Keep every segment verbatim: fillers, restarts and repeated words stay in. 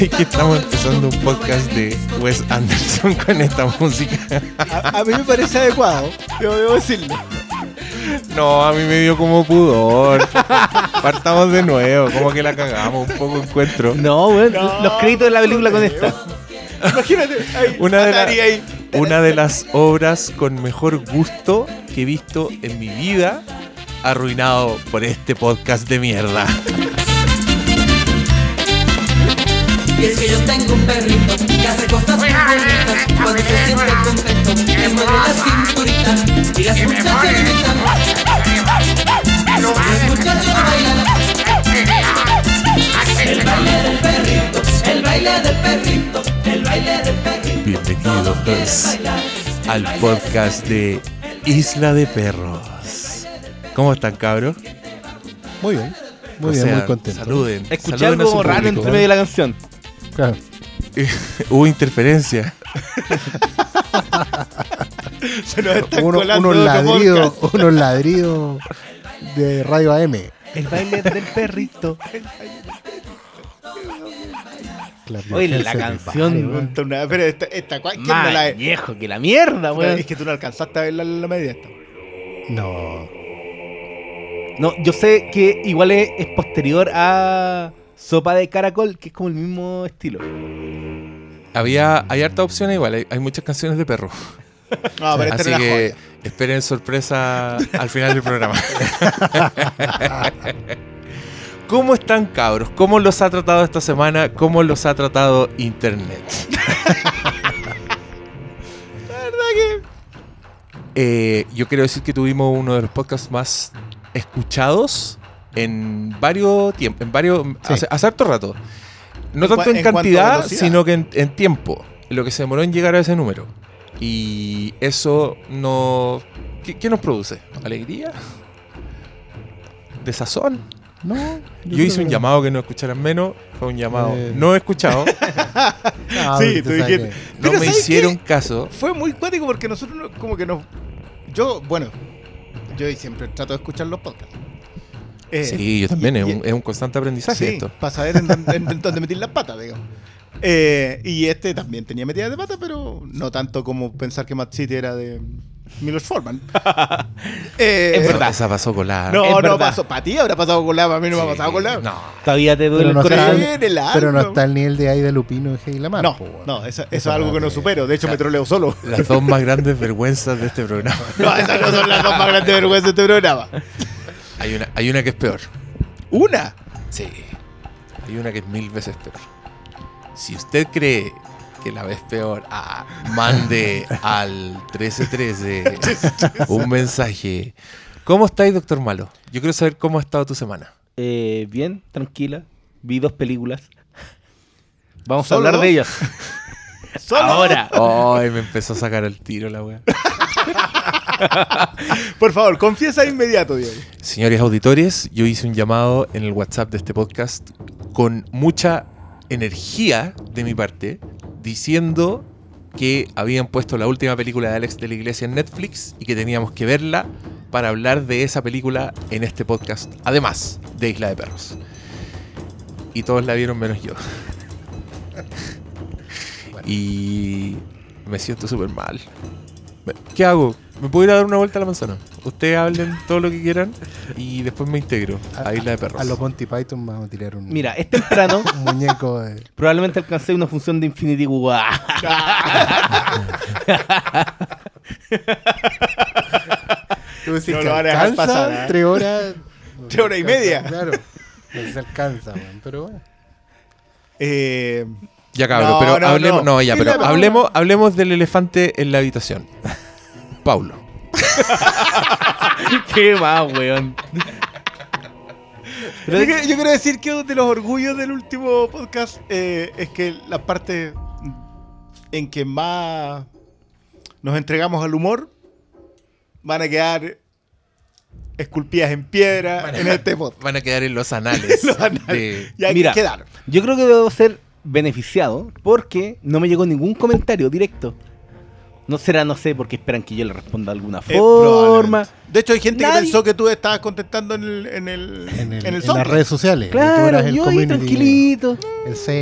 Es que estamos empezando un podcast de Wes Anderson con esta música. A, a mí me parece adecuado, debo, debo decirlo. No, a mí me dio como pudor. Partamos de nuevo, como que la cagamos un poco encuentro. No, weón, No, los créditos de la película con esta. Imagínate, ahí, Una de, la- Atari ahí. una de las obras con mejor gusto que he visto en mi vida, arruinado por este podcast de mierda. Y es que yo tengo un perrito que hace cosas muy bonitas. Cuando se siente contento, me mueve la cinturita y las muchachas gritan. Los muchachos bailan. El baile del perrito, el baile del perrito, el baile del perrito. Bienvenidos pues, al podcast de Isla de Perros. ¿Cómo están, cabros? Muy bien, muy O bien, sea, muy contento. Saluden. Escuché saluden a su algo raro público. entre medio de la canción. Claro. Hubo interferencia. Se nos están Uno, colando unos otro ladridos, podcast. unos ladridos de Radio A M. El baile del perrito. Oye, la canción, Vale, weón. Puta, una- Pero esta, esta ¿cuál- ¿quién no la Más ve? viejo que la mierda, weón. Es que tú no alcanzaste a ver la, la media esta. No. No, yo sé que igual es, es posterior a Sopa de Caracol, que es como el mismo estilo. Había, hay harta opciones igual, hay, hay muchas canciones de perro. No, pero esta Así era una que joya. esperen sorpresa al final del programa. ¿Cómo están, cabros? ¿Cómo los ha tratado esta semana? ¿Cómo los ha tratado Internet? Eh, yo quiero decir que tuvimos uno de los podcasts más escuchados en varios tiempos, en varios, Sí. hace, hace harto rato. No ¿En tanto cua- en, en cuanto a cantidad, velocidad? sino que en, en tiempo. Lo que se demoró en llegar a ese número. Y eso no... ¿Qué, qué nos produce? ¿Alegría? ¿Desazón? No. Yo hice un llamado que no escucharan menos. Fue un llamado Eh. no escuchado. Ah, Sí, usted tú sabe dijiste. que- No Pero me ¿sabes hicieron qué? caso. Fue muy cuático porque nosotros no- como que nos... Yo, bueno, yo siempre trato de escuchar los podcasts. Eh, Sí, yo también. y- Es y- un, es un constante aprendizaje Sí, esto. para saber en, dónde- en- en dónde meter las patas, digamos. Eh, y este también tenía metidas de pata, pero no tanto como pensar que Mad City era de Milos Forman. Eh, Es verdad. Esa pasó colada. No, Es no verdad. pasó. Para ti habrá pasado con la, para mí no me ha pasado con la. No. Todavía te duele Pero no el corazón. está- en el alma. Pero no está el nivel de ahí de Lupino y Hey Lamar. No, po, weón. no, eso, eso es Eso algo no que no te- supero. De hecho, me troleo solo. Las dos más grandes vergüenzas de este programa. No, esas no son las dos más grandes vergüenzas de este programa. Hay una, hay una que es peor. Una. Sí. Hay una que es mil veces peor. Si usted cree que la vez peor, ah, mande al trece trece un mensaje. ¿Cómo estáis, doctor Malo? Yo quiero saber cómo ha estado tu semana. Eh, bien, tranquila. Vi dos películas. Vamos a ¿Solo hablar dos? de ellas. Solo. Ahora. Ay, me empezó a sacar el tiro la wea. Por favor, confiesa de inmediato, Diego. Señores auditores, yo hice un llamado en el WhatsApp de este podcast con mucha energía de mi parte, diciendo que habían puesto la última película de Alex de la Iglesia en Netflix y que teníamos que verla para hablar de esa película en este podcast, además de Isla de Perros. Y todos la vieron menos yo. Y me siento súper mal. ¿Qué hago? ¿Me puedo ir a dar una vuelta a la manzana? Ustedes hablen todo lo que quieran y después me integro a Isla de Perros. A los Monty Python vamos a tirar un, Mira, es temprano. un muñeco de... Probablemente alcancé una función de Infinity War. Tú decís No que lo van a dejar alcanza pasar, ¿eh? tres horas... Tres horas y media. Claro. No se alcanza, man, pero bueno. Eh, Ya cabrón, No, pero no, hablemos, no. no, ya, Isla pero de Perros. hablemos, hablemos del elefante en la habitación. Paulo. ¿Qué más, weón? Pero yo, quiero, yo quiero decir que uno de los orgullos del último podcast eh, es que la parte en que más nos entregamos al humor van a quedar esculpidas en piedra en este podcast. Van a quedar en los anales. Los anales. de- Y ahí Mira. quedaron. yo creo que debo ser beneficiado porque no me llegó ningún comentario directo. No será, no sé, porque esperan que yo le responda de alguna Eh, forma. probablemente. De hecho, hay gente Nadie- que pensó que tú estabas contestando en el, en el, En, el- en el en SoundCloud. las redes sociales. y tú Claro, eras el yo ahí community, tranquilito. el C M.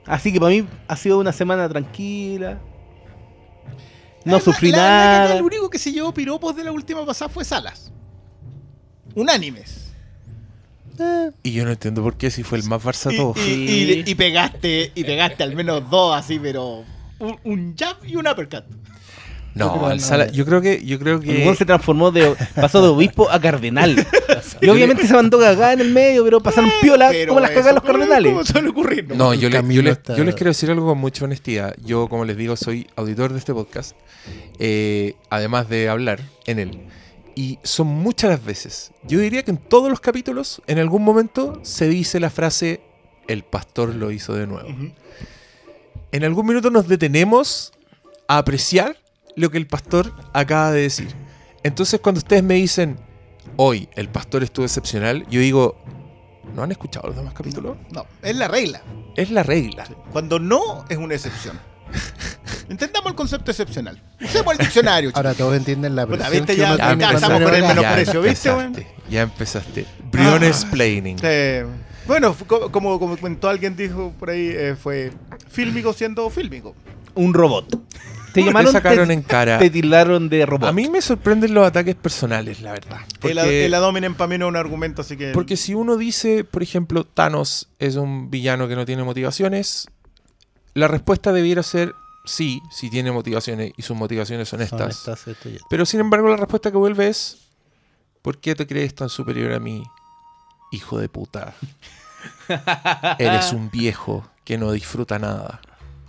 Así que para mí ha sido una semana tranquila. No La- sufrí la- la cagada, nada. El único que se llevó piropos de la última pasada fue Salas. Unánimes. Y yo no entiendo por qué si fue el más Barça Y, todo. y- Sí. y- y pegaste, y pegaste al menos dos así, pero un, un jab y un uppercut. No, el Sala, yo creo que yo creo El que weón se transformó de. Pasó de obispo a cardenal. Y obviamente se mandó cagada en el medio, pero pasaron piola Pero como las eso, cagadas los ¿cómo- cardenales. ¿Cómo suele ocurrir? No, yo, El le- yo camino le- está- yo les quiero decir algo con mucha honestidad. Yo, como les digo, soy auditor de este podcast, eh, además de hablar en él. Y son muchas las veces. Yo diría que en todos los capítulos, en algún momento, se dice la frase, el pastor lo hizo de nuevo. Ujú. En algún minuto nos detenemos a apreciar lo que el pastor acaba de decir. Entonces, cuando ustedes me dicen, hoy el pastor estuvo excepcional, yo digo, ¿no han escuchado los demás capítulos? No, es la regla. Es la regla. Cuando no, es una excepción. Entendamos el concepto excepcional. Usemos el diccionario, chicos. Ahora todos entienden la Puta, presión viste, que ya- uno ya tiene cuando estamos viene con el para acá. menosprecio. ¿viste, weón? empezaste, ya empezaste. Brion Ah. explaining. Eh, bueno, fu- co- como, como comentó alguien, dijo por ahí, eh, fue fílmico siendo fílmico. Un robot. Te Te llamaron. sacaron te, en cara. te tildaron de robot. A mí me sorprenden los ataques personales, la verdad. El, Porque, el Adominen para mí no es un argumento, así que... porque si uno dice, por ejemplo, Thanos es un villano que no tiene motivaciones, la respuesta debiera ser sí, sí tiene motivaciones y sus motivaciones son Son estas. estas, esto y esto. Pero sin embargo la respuesta que vuelve es ¿por qué te crees tan superior a mí, hijo de puta? Eres un viejo que no disfruta nada.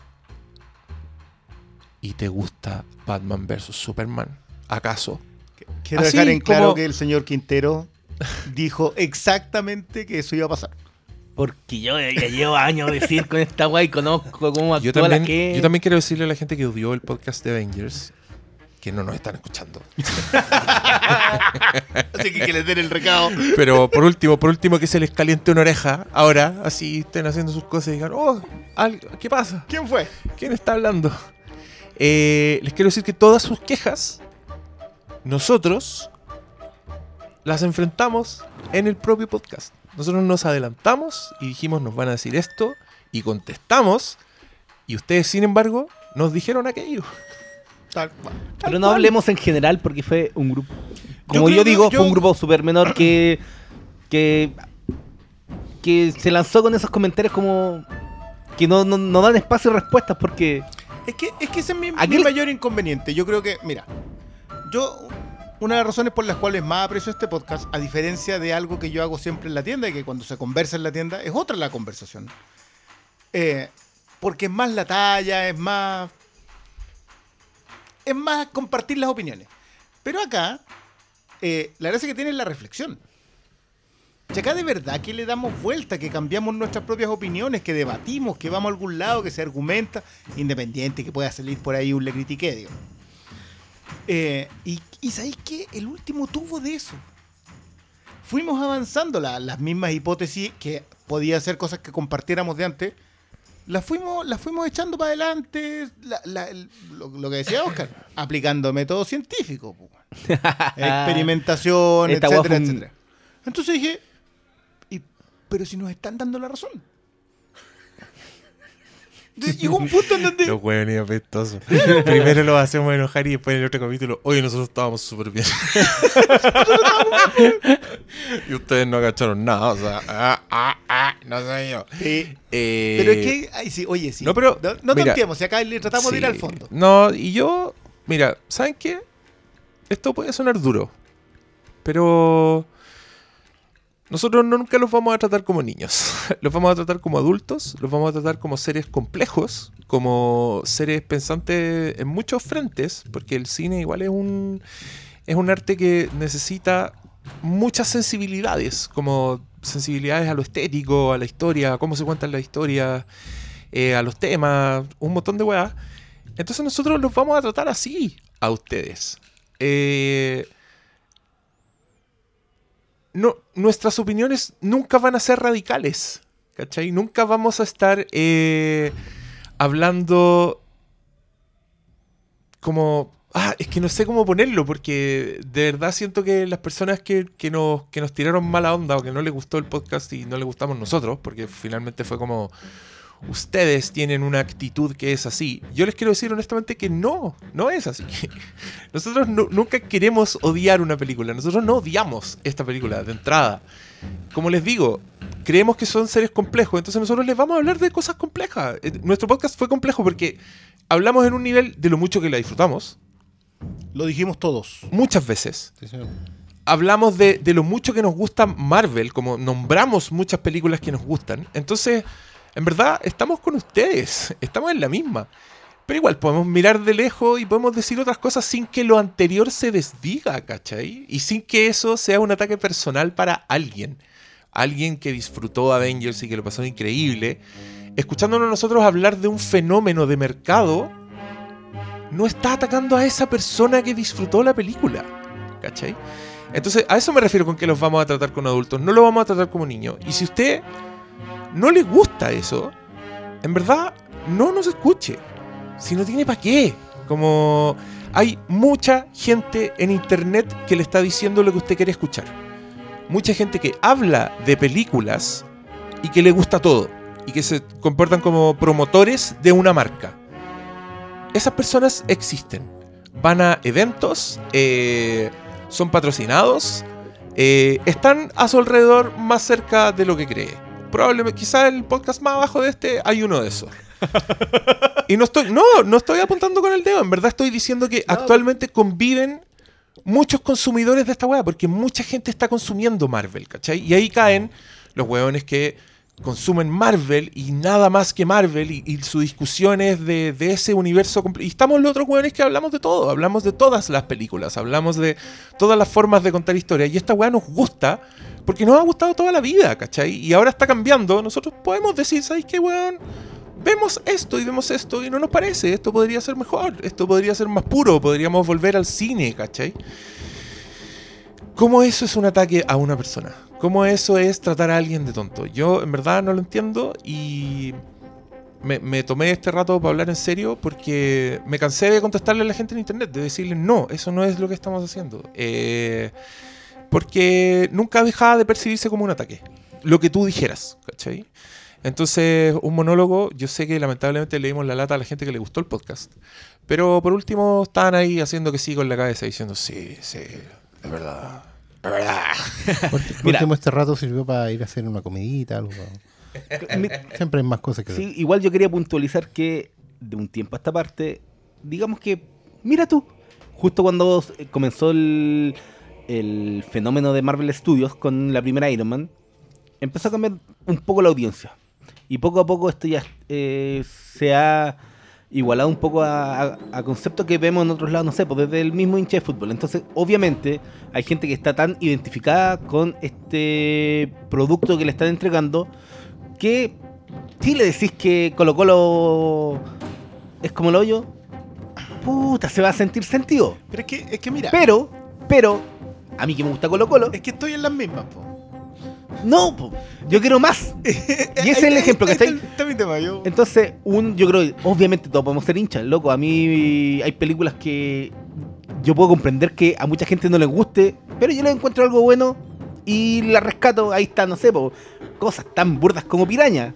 ¿Y te gusta Batman versus Superman? ¿Acaso? Quiero así dejar en claro como- que el señor Quintero dijo exactamente que eso iba a pasar. Porque yo ya llevo años de decir con esta guay, conozco cómo actúa Yo la también, que. yo también quiero decirle a la gente que odió el podcast de Avengers que no nos están escuchando. Así que que les den el recado. Pero por último, por último que se les caliente una oreja, ahora, así estén haciendo sus cosas y digan, oh, al- ¿qué pasa? ¿Quién fue? ¿Quién está hablando? Eh, les quiero decir que todas sus quejas, nosotros las enfrentamos en el propio podcast. Nosotros nos adelantamos y dijimos, nos van a decir esto, y contestamos, y ustedes, sin embargo, nos dijeron aquello. Tal cual. Pero no hablemos en general porque fue un grupo. Como creo yo, que digo, yo- fue un grupo súper menor que. que. que se lanzó con esos comentarios como. que no, no, no dan espacio a respuestas porque. Es que, es que ese es mi, mi Aquel- mayor inconveniente. Yo creo que, mira, yo, una de las razones por las cuales más aprecio este podcast, a diferencia de algo que yo hago siempre en la tienda, y que cuando se conversa en la tienda, es otra la conversación. Eh, porque es más la talla, es más. Es más compartir las opiniones. Pero acá, eh, la gracia que tiene es la reflexión. Si acá de verdad que le damos vuelta, que cambiamos nuestras propias opiniones, que debatimos, que vamos a algún lado, que se argumenta, independiente, que pueda salir por ahí un le critiqué, digo. Eh, y, y ¿sabéis qué? El último tuvo de eso. Fuimos avanzando la- las mismas hipótesis que podía ser cosas que compartiéramos de antes. Las fuimos, las fuimos echando para adelante, la- la- el- lo, lo que decía Oscar, aplicando métodos científicos, po. Experimentación, Esta guay etcétera, fue un- etcétera. Entonces dije, ¿y, pero si nos están dando la razón. Entonces llegó un punto en donde... Los hueones apestosos. Primero los hacemos enojar y después en el otro capítulo, oye, nosotros estábamos súper bien. Y ustedes no agacharon nada, o sea, ah, ah, ah, no sé yo. Sí. Eh, Pero es que, ay, sí, oye, sí. no, pero, no, no mira, tanteemos, si acá le tratamos de ir sí. al fondo. No, y yo, mira, ¿saben qué? Esto puede sonar duro, pero nosotros no, nunca los vamos a tratar como niños. Los vamos a tratar como adultos, los vamos a tratar como seres complejos, como seres pensantes en muchos frentes, porque el cine igual es un, es un arte que necesita muchas sensibilidades, como sensibilidades a lo estético, a la historia, a cómo se cuentan las historias, eh, a los temas, un montón de weas. Entonces nosotros los vamos a tratar así a ustedes. Eh, no, nuestras opiniones nunca van a ser radicales, ¿cachai? Nunca vamos a estar eh, hablando como... Ah, es que no sé cómo ponerlo, porque de verdad siento que las personas que, que, nos, que nos tiraron mala onda o que no les gustó el podcast y no les gustamos nosotros, porque finalmente fue como ustedes tienen una actitud que es así. Yo les quiero decir honestamente que no, no es así. Nosotros no, nunca queremos odiar una película. Nosotros no odiamos esta película de entrada. Como les digo, creemos que son seres complejos, entonces nosotros les vamos a hablar de cosas complejas. Eh, Nuestro podcast fue complejo porque hablamos en un nivel de lo mucho que la disfrutamos, Lo dijimos todos. muchas veces. Sí, señor. Hablamos de, de lo mucho que nos gusta Marvel, como nombramos muchas películas que nos gustan. Entonces, en verdad, estamos con ustedes, estamos en la misma. Pero igual, podemos mirar de lejos y podemos decir otras cosas sin que lo anterior se desdiga, ¿cachai? Y sin que eso sea un ataque personal para alguien. Alguien que disfrutó Avengers y que lo pasó increíble. Escuchándonos nosotros hablar de un fenómeno de mercado, no está atacando a esa persona que disfrutó la película, ¿cachai? Entonces, a eso me refiero con que los vamos a tratar como adultos, no los vamos a tratar como niños. Y si usted no le gusta eso, en verdad, no nos escuche. Si no tiene para qué. Como hay mucha gente en internet que le está diciendo lo que usted quiere escuchar. Mucha gente que habla de películas y que le gusta todo. Y que se comportan como promotores de una marca. Esas personas existen. Van a eventos, eh, son patrocinados, eh, están a su alrededor más cerca de lo que cree. Probablemente, quizá el podcast más abajo de este hay uno de esos. Y no estoy, no, no estoy apuntando con el dedo. En verdad estoy diciendo que No. actualmente conviven muchos consumidores de esta weá, porque mucha gente está consumiendo Marvel, ¿cachai? Y ahí caen los weones que consumen Marvel y nada más que Marvel y, y su discusión es de, de ese universo comple- y estamos los otros weones que hablamos de todo, hablamos de todas las películas, hablamos de todas las formas de contar historias y esta weá nos gusta porque nos ha gustado toda la vida, ¿cachai? Y ahora está cambiando, nosotros podemos decir, ¿sabes qué, weón? Vemos esto y vemos esto y no nos parece, esto podría ser mejor, esto podría ser más puro, podríamos volver al cine, ¿cachai? ¿Cómo eso es un ataque a una persona? ¿Cómo eso es tratar a alguien de tonto? Yo en verdad no lo entiendo y me, me tomé este rato para hablar en serio porque me cansé de contestarle a la gente en internet, de decirle no, eso no es lo que estamos haciendo. Eh, porque nunca dejaba de percibirse como un ataque. Lo que tú dijeras, ¿cachai? Entonces, un monólogo, yo sé que lamentablemente le dimos la lata a la gente que le gustó el podcast, pero por último estaban ahí haciendo que sí con la cabeza, diciendo sí, sí, es verdad. Es verdad. Por, por Mira. último, este rato sirvió para ir a hacer una comidita, algo. Mi- Siempre hay más cosas que ver. Sí, igual yo quería puntualizar que de un tiempo a esta parte, digamos que, mira tú, justo cuando eh, comenzó el, el fenómeno de Marvel Studios con la primera Iron Man, empezó a cambiar un poco la audiencia. Y poco a poco esto ya eh, se ha igualado un poco a, a- a conceptos que vemos en otros lados, no sé, pues desde el mismo hincha de fútbol. Entonces, obviamente, hay gente que está tan identificada con este producto que le están entregando que si le decís que Colo Colo es como el hoyo, puta, se va a sentir sentido. Pero es que, es que mira, Pero, pero, a mí que me gusta Colo Colo, es que estoy en las mismas, po. no, po, yo quiero más. Y ese es el Ahí- ejemplo, ahí ¿cachai? está el- está mi tema, yo- Entonces, un, yo creo que obviamente todos podemos ser hinchas, loco. A mí hay películas que yo puedo comprender que a mucha gente no les guste, pero yo le encuentro algo bueno y la rescato. Ahí está, no sé, po, cosas tan burdas como Piraña.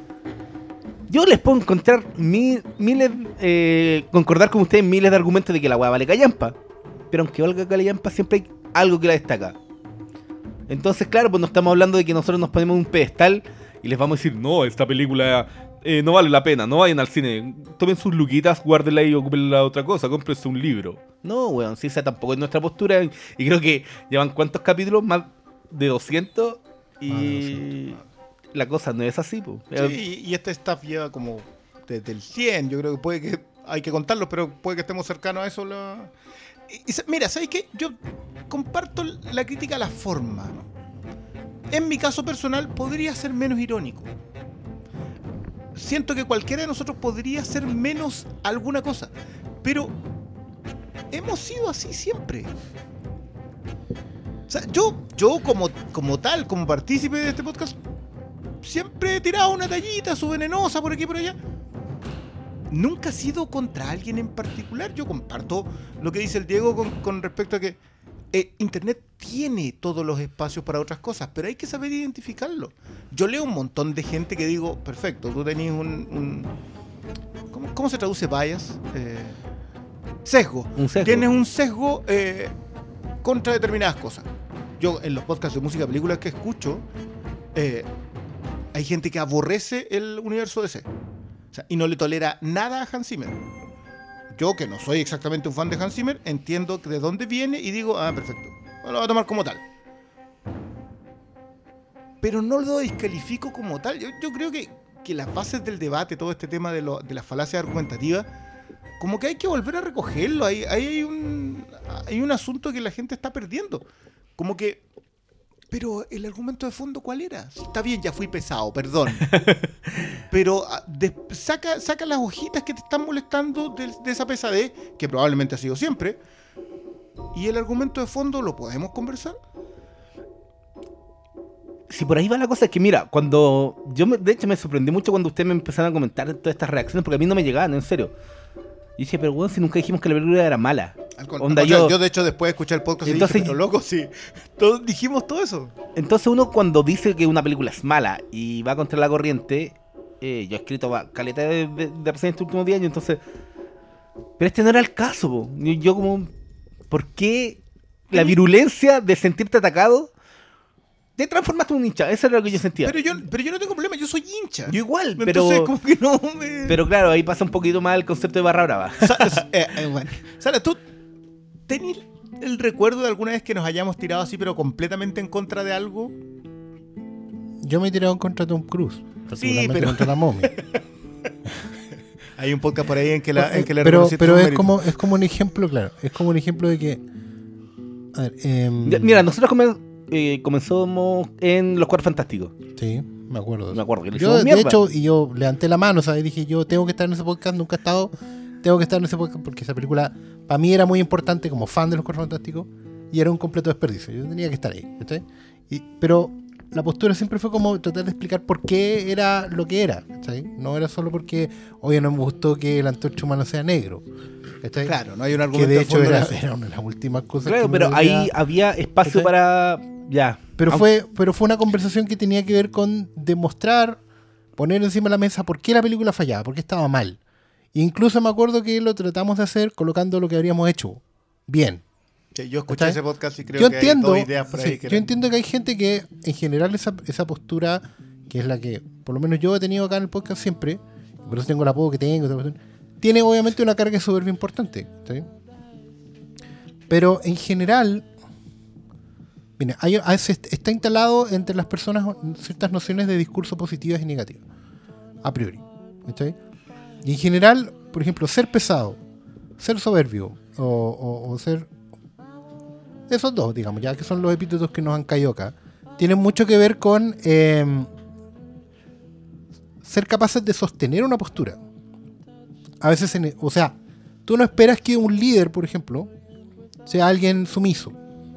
Yo les puedo encontrar mi- miles, eh, concordar con ustedes miles de argumentos de que la weá vale callampa. Pero aunque valga callampa, siempre hay algo que la destaca. Entonces, claro, pues no estamos hablando de que nosotros nos ponemos en un pedestal y les vamos a decir, no, esta película eh, no vale la pena, no vayan al cine, tomen sus luquitas, guárdenla y ocupen la otra cosa, cómprense un libro. No, weón, si esa tampoco es nuestra postura y creo que llevan cuántos capítulos, más de doscientos y Más de doscientos. la cosa no es así, pues. Sí, y este staff lleva como desde el cien, yo creo que puede que hay que contarlos, pero puede que estemos cercanos a eso. la- Y- y sa- mira, ¿sabes qué? Yo comparto la crítica a la forma, ¿no? En mi caso personal podría ser menos irónico. Siento que cualquiera de nosotros podría ser menos alguna cosa, pero hemos sido así siempre. O sea, yo, yo como, como tal, como partícipe de este podcast, siempre he tirado una tallita, su venenosa por aquí y por allá. Nunca ha sido contra alguien en particular. Yo comparto lo que dice el Diego con, con respecto a que eh, Internet tiene todos los espacios para otras cosas, pero hay que saber identificarlo. Yo leo un montón de gente que digo, perfecto, tú tenés un... un ¿cómo, ¿Cómo se traduce bias? Eh, sesgo. Un sesgo. Tienes un sesgo eh, contra determinadas cosas. Yo en los podcasts de música, películas que escucho, eh, hay gente que aborrece el universo D C. O sea, y no le tolera nada a Hans Zimmer. Yo, que no soy exactamente un fan de Hans Zimmer, entiendo de dónde viene y digo, ah, perfecto, lo voy a tomar como tal. Pero no lo descalifico como tal. Yo, yo creo que, que las bases del debate, todo este tema de, lo, de las falacias argumentativas, como que hay que volver a recogerlo. Hay, hay, hay, un, hay un asunto que la gente está perdiendo. Como que... Pero el argumento de fondo, ¿cuál era? Está bien, ya fui pesado, perdón. Pero de, saca, saca las hojitas que te están molestando de, de esa pesadez, que probablemente ha sido siempre. ¿Y el argumento de fondo lo podemos conversar? Si por ahí va la cosa, es que mira, cuando yo me, de hecho me sorprendí mucho cuando ustedes me empezaron a comentar todas estas reacciones, porque a mí no me llegaban, en serio. Y dije, pero bueno, si nunca dijimos que la película era mala. Onda, yo, yo de hecho después de escuchar el podcast entonces, dije, pero loco, sí, todos dijimos todo eso. Entonces uno cuando dice que una película es mala y va contra la corriente, eh, yo he escrito va, caleta de, de, de recién este último diez años, entonces... Pero este no era el caso, po. Yo, yo como... ¿Por qué la virulencia de sentirte atacado te transformaste en un hincha? Eso era lo que yo sentía. Pero yo, pero yo no tengo problema, yo soy hincha. Yo igual, pero... Entonces, como que no me... Pero claro, ahí pasa un poquito más el concepto de barra brava. Sa- eh, eh, bueno. Sara, ¿tú tenés el recuerdo de alguna vez que nos hayamos tirado así, pero completamente en contra de algo? Yo me he tirado en contra de Tom Cruise. Sí, Particularmente pero- contra la momia. Hay un podcast por ahí en que, la, en que le pero reconociste pero un es mérito. como, es como un ejemplo, claro. Es como un ejemplo de que... A ver, em, Ya, mira, nosotros come- eh, comenzamos en Los Cuatro Fantásticos. Sí, me acuerdo. de Me eso. acuerdo que le Yo, hicimos de mierda. hecho, y yo levanté la mano, ¿sabes? Dije, yo tengo que estar en ese podcast, nunca he estado, tengo que estar en ese podcast porque esa película para mí era muy importante como fan de Los Cuatro Fantásticos y era un completo desperdicio. Yo tenía que estar ahí, ¿cachai? Y, pero la postura siempre fue como tratar de explicar por qué era lo que era, ¿cachai? No era solo porque, oye, no me gustó que el antorcha humano sea negro, ¿cachai? Claro, no hay un Que argumento de de hecho fondo en era, eso. era una de las últimas cosas Claro, que me pero dolía. ahí había espacio ¿Cachai? para... Ya. Pero Aunque- fue, pero fue una conversación que tenía que ver con demostrar, poner encima de la mesa por qué la película fallaba, por qué estaba mal. Incluso me acuerdo que lo tratamos de hacer colocando lo que habríamos hecho bien. Sí, yo escuché ¿Cachai? ese podcast y creo Yo que entiendo, hay dos ideas por ahí sí, que yo eran- entiendo que hay gente que en general esa, esa postura, que es la que por lo menos yo he tenido acá en el podcast siempre, por eso tengo el apodo que tengo, esta cuestión, tiene obviamente una carga de soberbia importante, ¿sí? Pero en general, mira, hay, hay- se- está instalado entre las personas ciertas nociones de discurso positivas y negativas, a priori, ¿sí? Y en general, por ejemplo, ser pesado, ser soberbio o, o- o ser... Esos dos, digamos, ya que son los epítetos que nos han caído acá, tienen mucho que ver con eh, ser capaces de sostener una postura. A veces, en- o sea, tú no esperas que un líder, por ejemplo, sea alguien sumiso.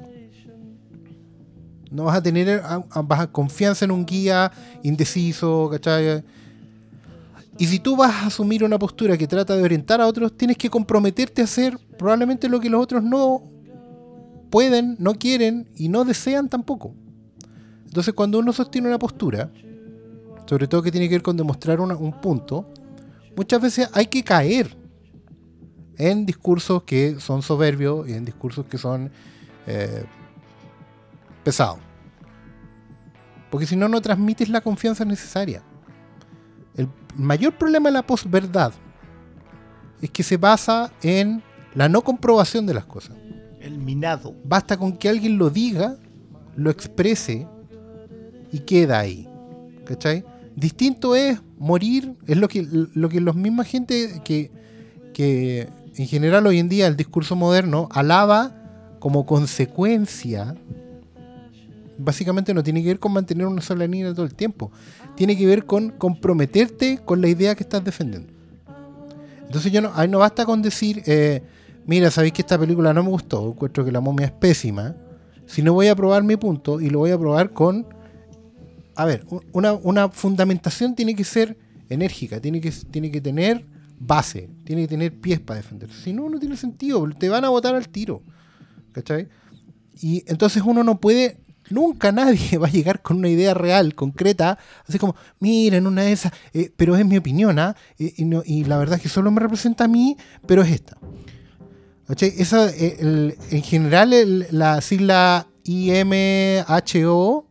No vas a tener a- a- vas a confianza en un guía indeciso, ¿cachai? Y si tú vas a asumir una postura que trata de orientar a otros, tienes que comprometerte a hacer probablemente lo que los otros no pueden, no quieren y no desean tampoco. Entonces, cuando uno sostiene una postura, sobre todo que tiene que ver con demostrar una- un punto, muchas veces hay que caer en discursos que son soberbios y en discursos que son eh, pesados. Porque si no, no transmites la confianza necesaria. El mayor problema de la posverdad es que se basa en la no comprobación de las cosas. El minado. Basta con que alguien lo diga, lo exprese y queda ahí. ¿Cachai? Distinto es morir, es lo que, lo que los misma gente que, que en general hoy en día el discurso moderno alaba como consecuencia. Básicamente no tiene que ver con mantener una sola línea todo el tiempo. Tiene que ver con comprometerte con la idea que estás defendiendo. Entonces yo no, ahí no basta con decir, eh, mira, sabéis que esta película no me gustó, encuentro que la momia es pésima, sino voy a probar mi punto y lo voy a probar con... A ver, una, una fundamentación tiene que ser enérgica, tiene que, tiene que tener base, tiene que tener pies para defenderse. Si no, no tiene sentido, te van a botar al tiro. ¿Cachai? Y entonces uno no puede, nunca nadie va a llegar con una idea real, concreta, así como, miren, una de esas, eh, pero es mi opinión, ¿ah? Eh, y, no- y la verdad es que solo me representa a mí, pero es esta. ¿Cachai? Esa, eh, el- en general, el- la sigla I M H O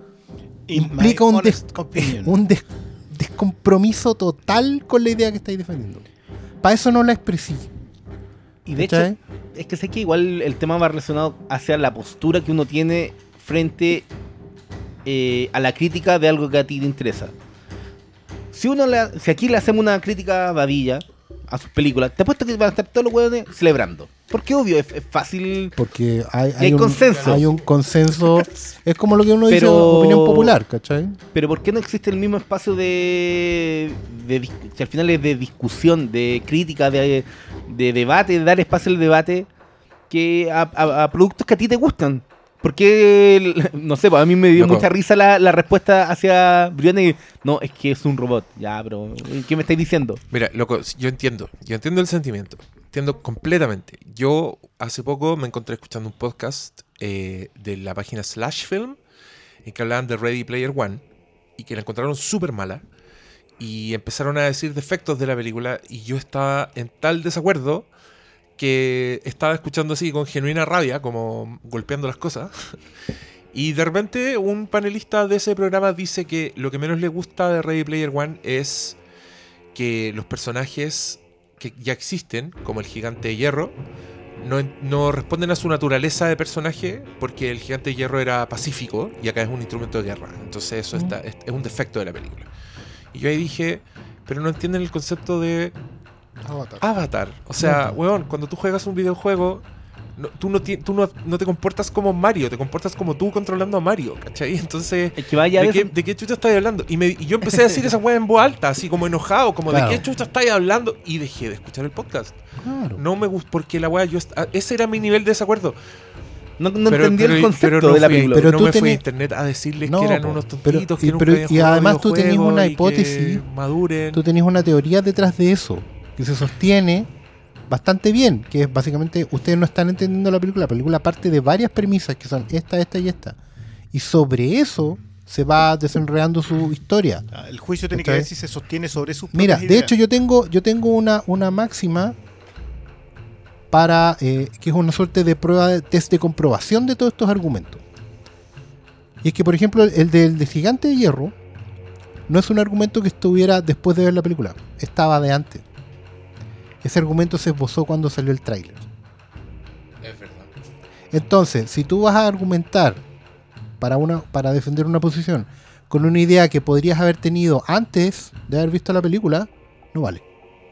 In implica my un, honest des- opinion. un des- descompromiso total con la idea que estáis defendiendo. Para eso no la expresé. Y de ¿Cachai? hecho, es que sé que igual el tema va relacionado hacia la postura que uno tiene frente eh, a la crítica de algo que a ti te interesa. Si uno le- si aquí le hacemos una crítica babilla a sus películas, te apuesto que van a estar todos los hueones celebrando. Porque obvio, es, es fácil. Porque hay, hay un, consenso. hay un consenso. Es como lo que uno dice, Pero- opinión popular, ¿cachai? Pero ¿por qué no existe el mismo espacio de, de dis- si al final es de discusión, de crítica, de, de debate, de dar espacio al debate que a, a- a productos que a ti te gustan? Porque, el- no sé, pues a mí me dio Loco. mucha risa la, la respuesta hacia Brianna. No, es que es un robot. Ya, pero ¿qué me estáis diciendo? Mira, loco, yo entiendo, yo entiendo el sentimiento, entiendo completamente. Yo hace poco me encontré escuchando un podcast eh, de la página Slash Film en que hablaban de Ready Player One y que la encontraron súper mala y empezaron a decir defectos de la película y yo estaba en tal desacuerdo que estaba escuchando así con genuina rabia, como golpeando las cosas. Y de repente un panelista de ese programa dice que lo que menos le gusta de Ready Player One es que los personajes que ya existen, como el gigante de hierro, no, no responden a su naturaleza de personaje porque el gigante de hierro era pacífico y acá es un instrumento de guerra. Entonces eso está, es, es un defecto de la película. Y yo ahí dije, pero no entienden el concepto de Avatar. Avatar. O sea, weón, cuando tú juegas un videojuego, no- tú, no, ti- tú no, no te comportas como Mario, te comportas como tú controlando a Mario, ¿cachai? Entonces, Es que vaya ¿de de qué, eso- de qué chucha estáis hablando? Y, me- y yo empecé a decir esa weá en voz alta, así como enojado, como Claro. ¿de qué chucha estáis hablando? Y dejé de escuchar el podcast. Claro. No me gustó, porque la weá, yo est- a- ese era mi nivel de desacuerdo. No, no Pero- entendí pero- el concepto pero no de la fui- película. Pero no tú me fui a tenés- internet a decirles No, que eran po. unos Pero- tontitos y- que nunca pero- habían y jugado además tú tenés videojuegos una y que hipótesis, maduren. Tú tenés una teoría detrás de eso, que se sostiene bastante bien, que es básicamente, ustedes no están entendiendo la película, la película parte de varias premisas que son esta, esta y esta. Y sobre eso se va desenredando su historia. Ah, el juicio tiene que ¿Cachai? ver si se sostiene sobre sus Mira, propias de ideas. hecho yo tengo, yo tengo una, una máxima para eh, que es una suerte de prueba de test de comprobación de todos estos argumentos. Y es que, por ejemplo, el del de Gigante de Hierro no es un argumento que estuviera después de ver la película, estaba de antes. Ese argumento se esbozó cuando salió el tráiler. Es verdad. Entonces, si tú vas a argumentar para, una, para defender una posición con una idea que podrías haber tenido antes de haber visto la película, no vale.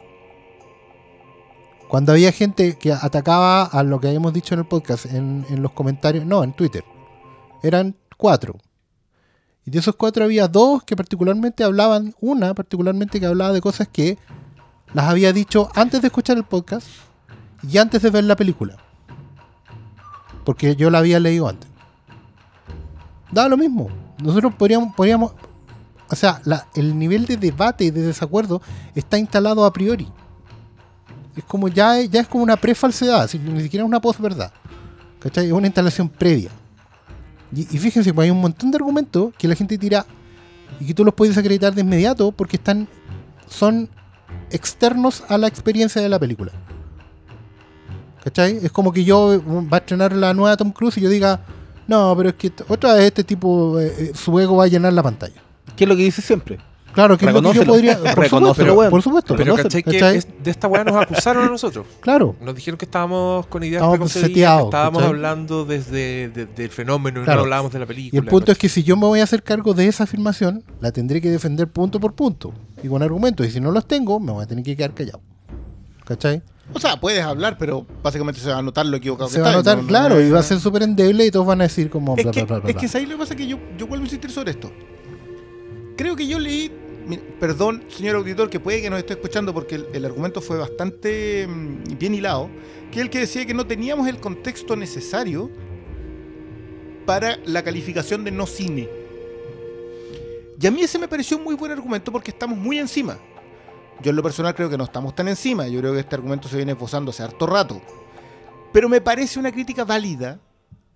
Cuando había gente que atacaba a lo que habíamos dicho en el podcast, en, en los comentarios, no, en Twitter, eran cuatro. Y de esos cuatro había dos que particularmente hablaban, una particularmente que hablaba de cosas que las había dicho antes de escuchar el podcast y antes de ver la película. Porque yo la había leído antes. Da lo mismo. Nosotros podríamos, podríamos o sea, la- el nivel de debate y de desacuerdo está instalado a priori. Es como ya, ya es como una prefalsedad, así, ni siquiera es una posverdad. ¿Cachai? Es una instalación previa. Y, y fíjense, pues hay un montón de argumentos que la gente tira y que tú los puedes acreditar de inmediato porque están son externos a la experiencia de la película. ¿Cachai? Es como que yo eh, va a estrenar la nueva Tom Cruise y yo diga, no, pero es que t- otra vez este tipo, eh, eh, su ego va a llenar la pantalla. ¿Qué es lo que dice siempre? Claro, que es lo que yo Reconócelo. podría... Por Reconócelo, supuesto, weón. por supuesto. Pero Reconócelo, ¿cachai? Que ¿cachai? es- de esta weá nos acusaron a nosotros. Claro. Nos dijeron que estábamos con ideas Estábamos preconcebidas, que seteados, estábamos ¿cachai? hablando desde de- del fenómeno y Claro. no hablábamos de la película. Y el punto es que si yo me voy a hacer cargo de esa afirmación, la tendré que defender punto por punto y con argumentos. Y si no los tengo, me voy a tener que quedar callado. ¿Cachai? O sea, puedes hablar, pero básicamente se va a notar lo equivocado Se que va a estás, notar, no- no- claro, no- y va a ser súper endeble y todos van a decir como... Es bla, que, bla, bla, bla, es que bla. ahí lo que pasa es que yo, yo vuelvo a insistir sobre esto. Creo que yo leí, mi- perdón, señor auditor, que puede que nos esté escuchando porque el, el argumento fue bastante mm, bien hilado, que es el que decía que no teníamos el contexto necesario para la calificación de no cine. Y a mí ese me pareció un muy buen argumento porque estamos muy encima. Yo en lo personal creo que no estamos tan encima. Yo creo que este argumento se viene esbozando hace harto rato. Pero me parece una crítica válida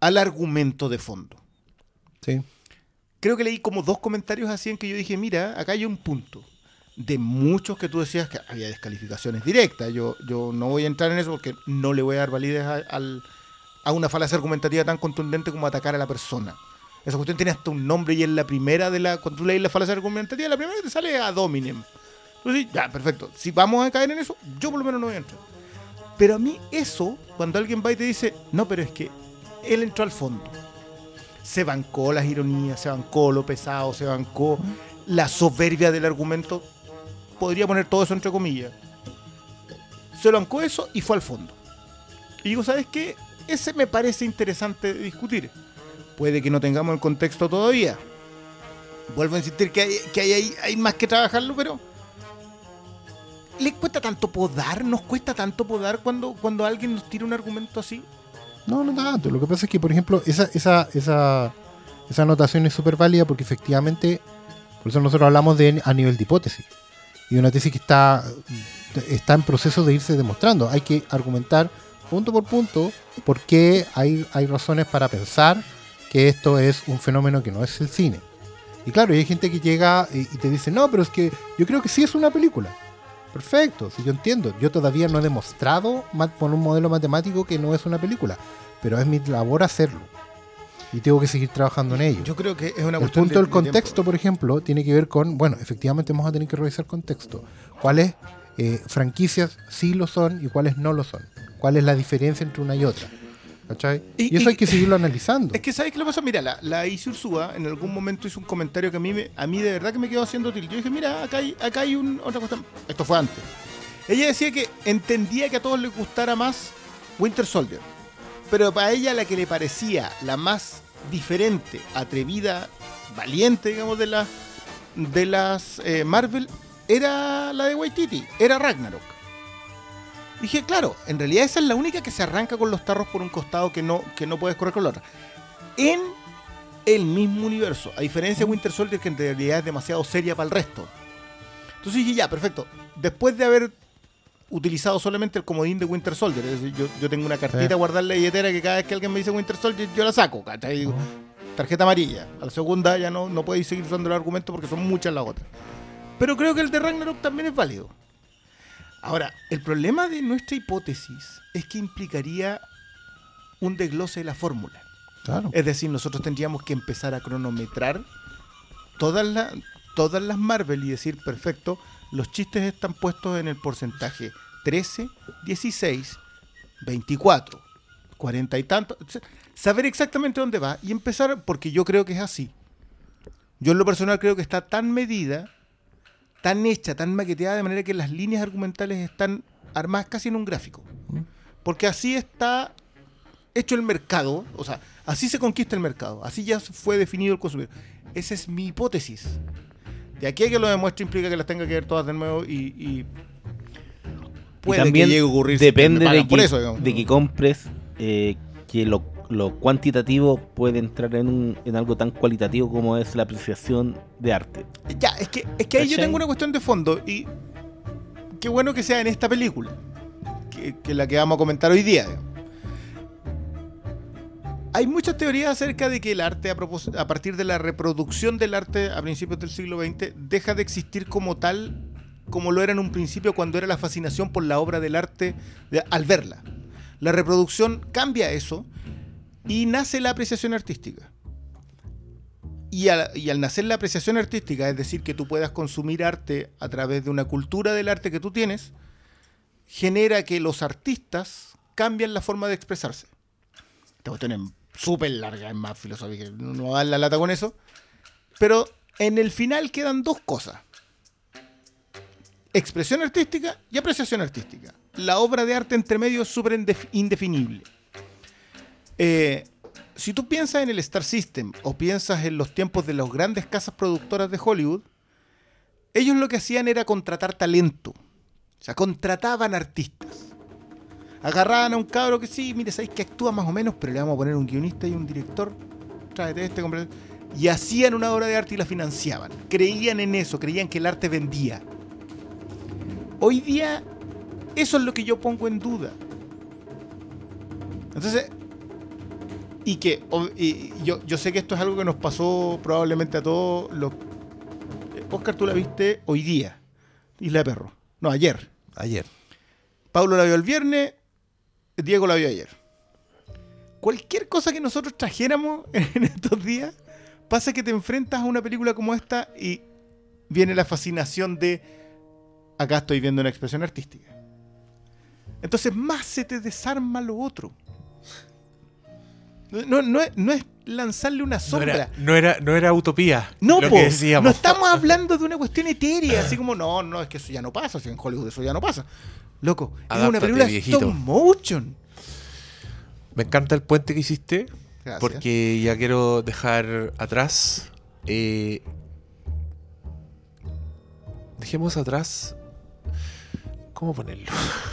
al argumento de fondo. Sí. Creo que leí como dos comentarios así en que yo dije, mira, acá hay un punto. De muchos que tú decías que había descalificaciones directas. Yo, yo no voy a entrar en eso porque no le voy a dar validez a, al, a una falacia argumentativa tan contundente como atacar a la persona. Esa cuestión tiene hasta un nombre y es la primera de la... Cuando tú lees la falacia argumentativa, la primera que te sale es ad hominem. Entonces, ya, perfecto. Si vamos a caer en eso, yo por lo menos no voy a entrar. Pero a mí eso, cuando alguien va y te dice, no, pero es que él entró al fondo. Se bancó las ironías, se bancó lo pesado, se bancó la soberbia del argumento. Podría poner todo eso entre comillas. Se lo bancó eso y fue al fondo. Y digo, ¿sabes qué? Ese me parece interesante de discutir. Puede que no tengamos el contexto todavía. Vuelvo a insistir que hay, que hay, hay, hay más que trabajarlo, pero... ¿Le cuesta tanto podar? ¿Nos cuesta tanto podar cuando, cuando alguien nos tira un argumento así? No, no tanto. Lo que pasa es que, por ejemplo, esa, esa, esa, esa anotación es súper válida porque efectivamente, por eso nosotros hablamos de a nivel de hipótesis. Y una tesis que está, está en proceso de irse demostrando. Hay que argumentar punto por punto por qué hay, hay razones para pensar que esto es un fenómeno que no es el cine. Y claro, y hay gente que llega y, y te dice, no, pero es que yo creo que sí es una película. Perfecto, si yo entiendo. Yo todavía no he demostrado con un modelo matemático que no es una película, pero es mi labor hacerlo. Y tengo que seguir trabajando en ello. Yo creo que es una El cuestión punto de- del de contexto, tiempo. por ejemplo, tiene que ver con, bueno, efectivamente vamos a tener que revisar contexto. ¿Cuáles eh, franquicias sí lo son y cuáles no lo son? ¿Cuál es la diferencia entre una y otra? ¿Cachai? Y, Y- eso y- hay que seguirlo analizando. Es que, ¿sabes qué le pasa? Mira, la, la Isi Ursúa en algún momento hizo un comentario que a mí, me, a mí de verdad que me quedó haciendo útil. Yo dije, mira, acá hay, acá hay un, otra cuestión. Esto fue antes. Ella decía que entendía que a todos les gustara más Winter Soldier. Pero para ella la que le parecía la más diferente, atrevida, valiente, digamos, de, la, de las eh, Marvel, era la de Waititi, era Ragnarok. Dije, claro, en realidad esa es la única que se arranca con los tarros por un costado que no, que no puedes correr con la otra. En el mismo universo, a diferencia de Winter Soldier, que en realidad es demasiado seria para el resto. Entonces dije, ya, perfecto. Después de haber utilizado solamente el comodín de Winter Soldier, es decir, yo, yo tengo una cartita Sí. guardada en la billetera que cada vez que alguien me dice Winter Soldier, yo la saco, ¿cachai? Digo, tarjeta amarilla. A la segunda ya no, no podéis seguir usando el argumento porque son muchas las otras. Pero creo que el de Ragnarok también es válido. Ahora, el problema de nuestra hipótesis es que implicaría un desglose de la fórmula. Claro. Es decir, nosotros tendríamos que empezar a cronometrar todas, la- todas las Marvel y decir, perfecto, los chistes están puestos en el porcentaje trece, dieciséis, veinticuatro, cuarenta y tanto. Saber exactamente dónde va y empezar, porque yo creo que es así. Yo en lo personal creo que está tan medida, tan hecha, tan maqueteada, de manera que las líneas argumentales están armadas casi en un gráfico. Porque así está hecho el mercado, o sea, así se conquista el mercado, así ya fue definido el consumidor. Esa es mi hipótesis. De aquí a que lo demuestre implica que las tenga que ver todas de nuevo y, y puede y también que llegue a ocurrir si depende me pagan de por que, eso, digamos. de que compres eh, que lo, lo cuantitativo puede entrar en, un, en algo tan cualitativo como es la apreciación de arte. Ya, es que, es que ahí yo ¿Cachai? tengo una cuestión de fondo y qué bueno que sea en esta película, que, que la que vamos a comentar hoy día. digamos. Hay muchas teorías acerca de que el arte, a, propós- a partir de la reproducción del arte a principios del siglo veinte, deja de existir como tal, como lo era en un principio cuando era la fascinación por la obra del arte de- al verla. La reproducción cambia eso y nace la apreciación artística. Y al, y al nacer la apreciación artística, es decir, que tú puedas consumir arte a través de una cultura del arte que tú tienes, genera que los artistas cambian la forma de expresarse. Esta cuestión es súper larga, es más filosófica, no no va a dar la lata con eso. Pero en el final quedan dos cosas. Expresión artística y apreciación artística. La obra de arte entre medio es súper indef- indefinible. Eh, si tú piensas en el Star System o piensas en los tiempos de las grandes casas productoras de Hollywood, ellos lo que hacían era contratar talento. O sea, contrataban artistas. Agarraban a un cabro que sí, mire, sabéis que actúa más o menos, pero le vamos a poner un guionista y un director. Tráete este, compre- y hacían una obra de arte y la financiaban. Creían en eso, creían que el arte vendía. Hoy día, eso es lo que yo pongo en duda. Entonces, Y que o- y yo, yo sé que esto es algo que nos pasó probablemente a todos los... Oscar, tú la viste hoy día, Isla de Perro. No, ayer. Ayer. Pablo la vio el viernes, Diego la vio ayer. Cualquier cosa que nosotros trajéramos en estos días, pasa que te enfrentas a una película como esta y viene la fascinación de acá estoy viendo una expresión artística. Entonces más se te desarma lo otro. No, no, no, es, no es lanzarle una No sombra. era, no, era, no era utopía. No, lo po, que decíamos. no estamos hablando de una cuestión etérea, así como, no, no, es que eso ya no pasa, si en Hollywood eso ya no pasa. Loco, es una Adáptate, película viejito. stop motion. Me encanta el puente que hiciste. Gracias. Porque ya quiero dejar atrás. eh, dejemos atrás. ¿Cómo ponerlo?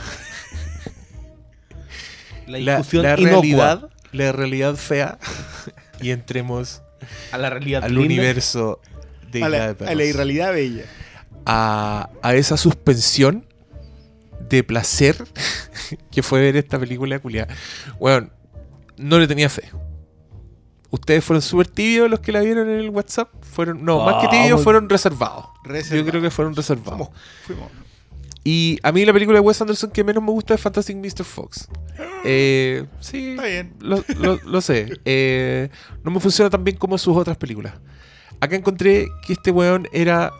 La La, discusión la inocua realidad. La realidad fea. Y entremos a la realidad al linda. universo de a, Isla la, de Perros. a la irrealidad bella. a, a esa suspensión de placer que fue ver esta película culiada. Bueno, no le tenía fe. Ustedes fueron súper tibios los que la vieron en el WhatsApp. Fueron, no, más que tibios, Vamos. fueron reservados. Reservados. Yo creo que fueron reservados. Fuimos, fuimos. Y a mí la película de Wes Anderson que menos me gusta es Fantastic mister Fox. Eh, sí, Está bien. Lo, lo- lo sé. Eh, no me funciona tan bien como sus otras películas. Acá encontré que este weón era...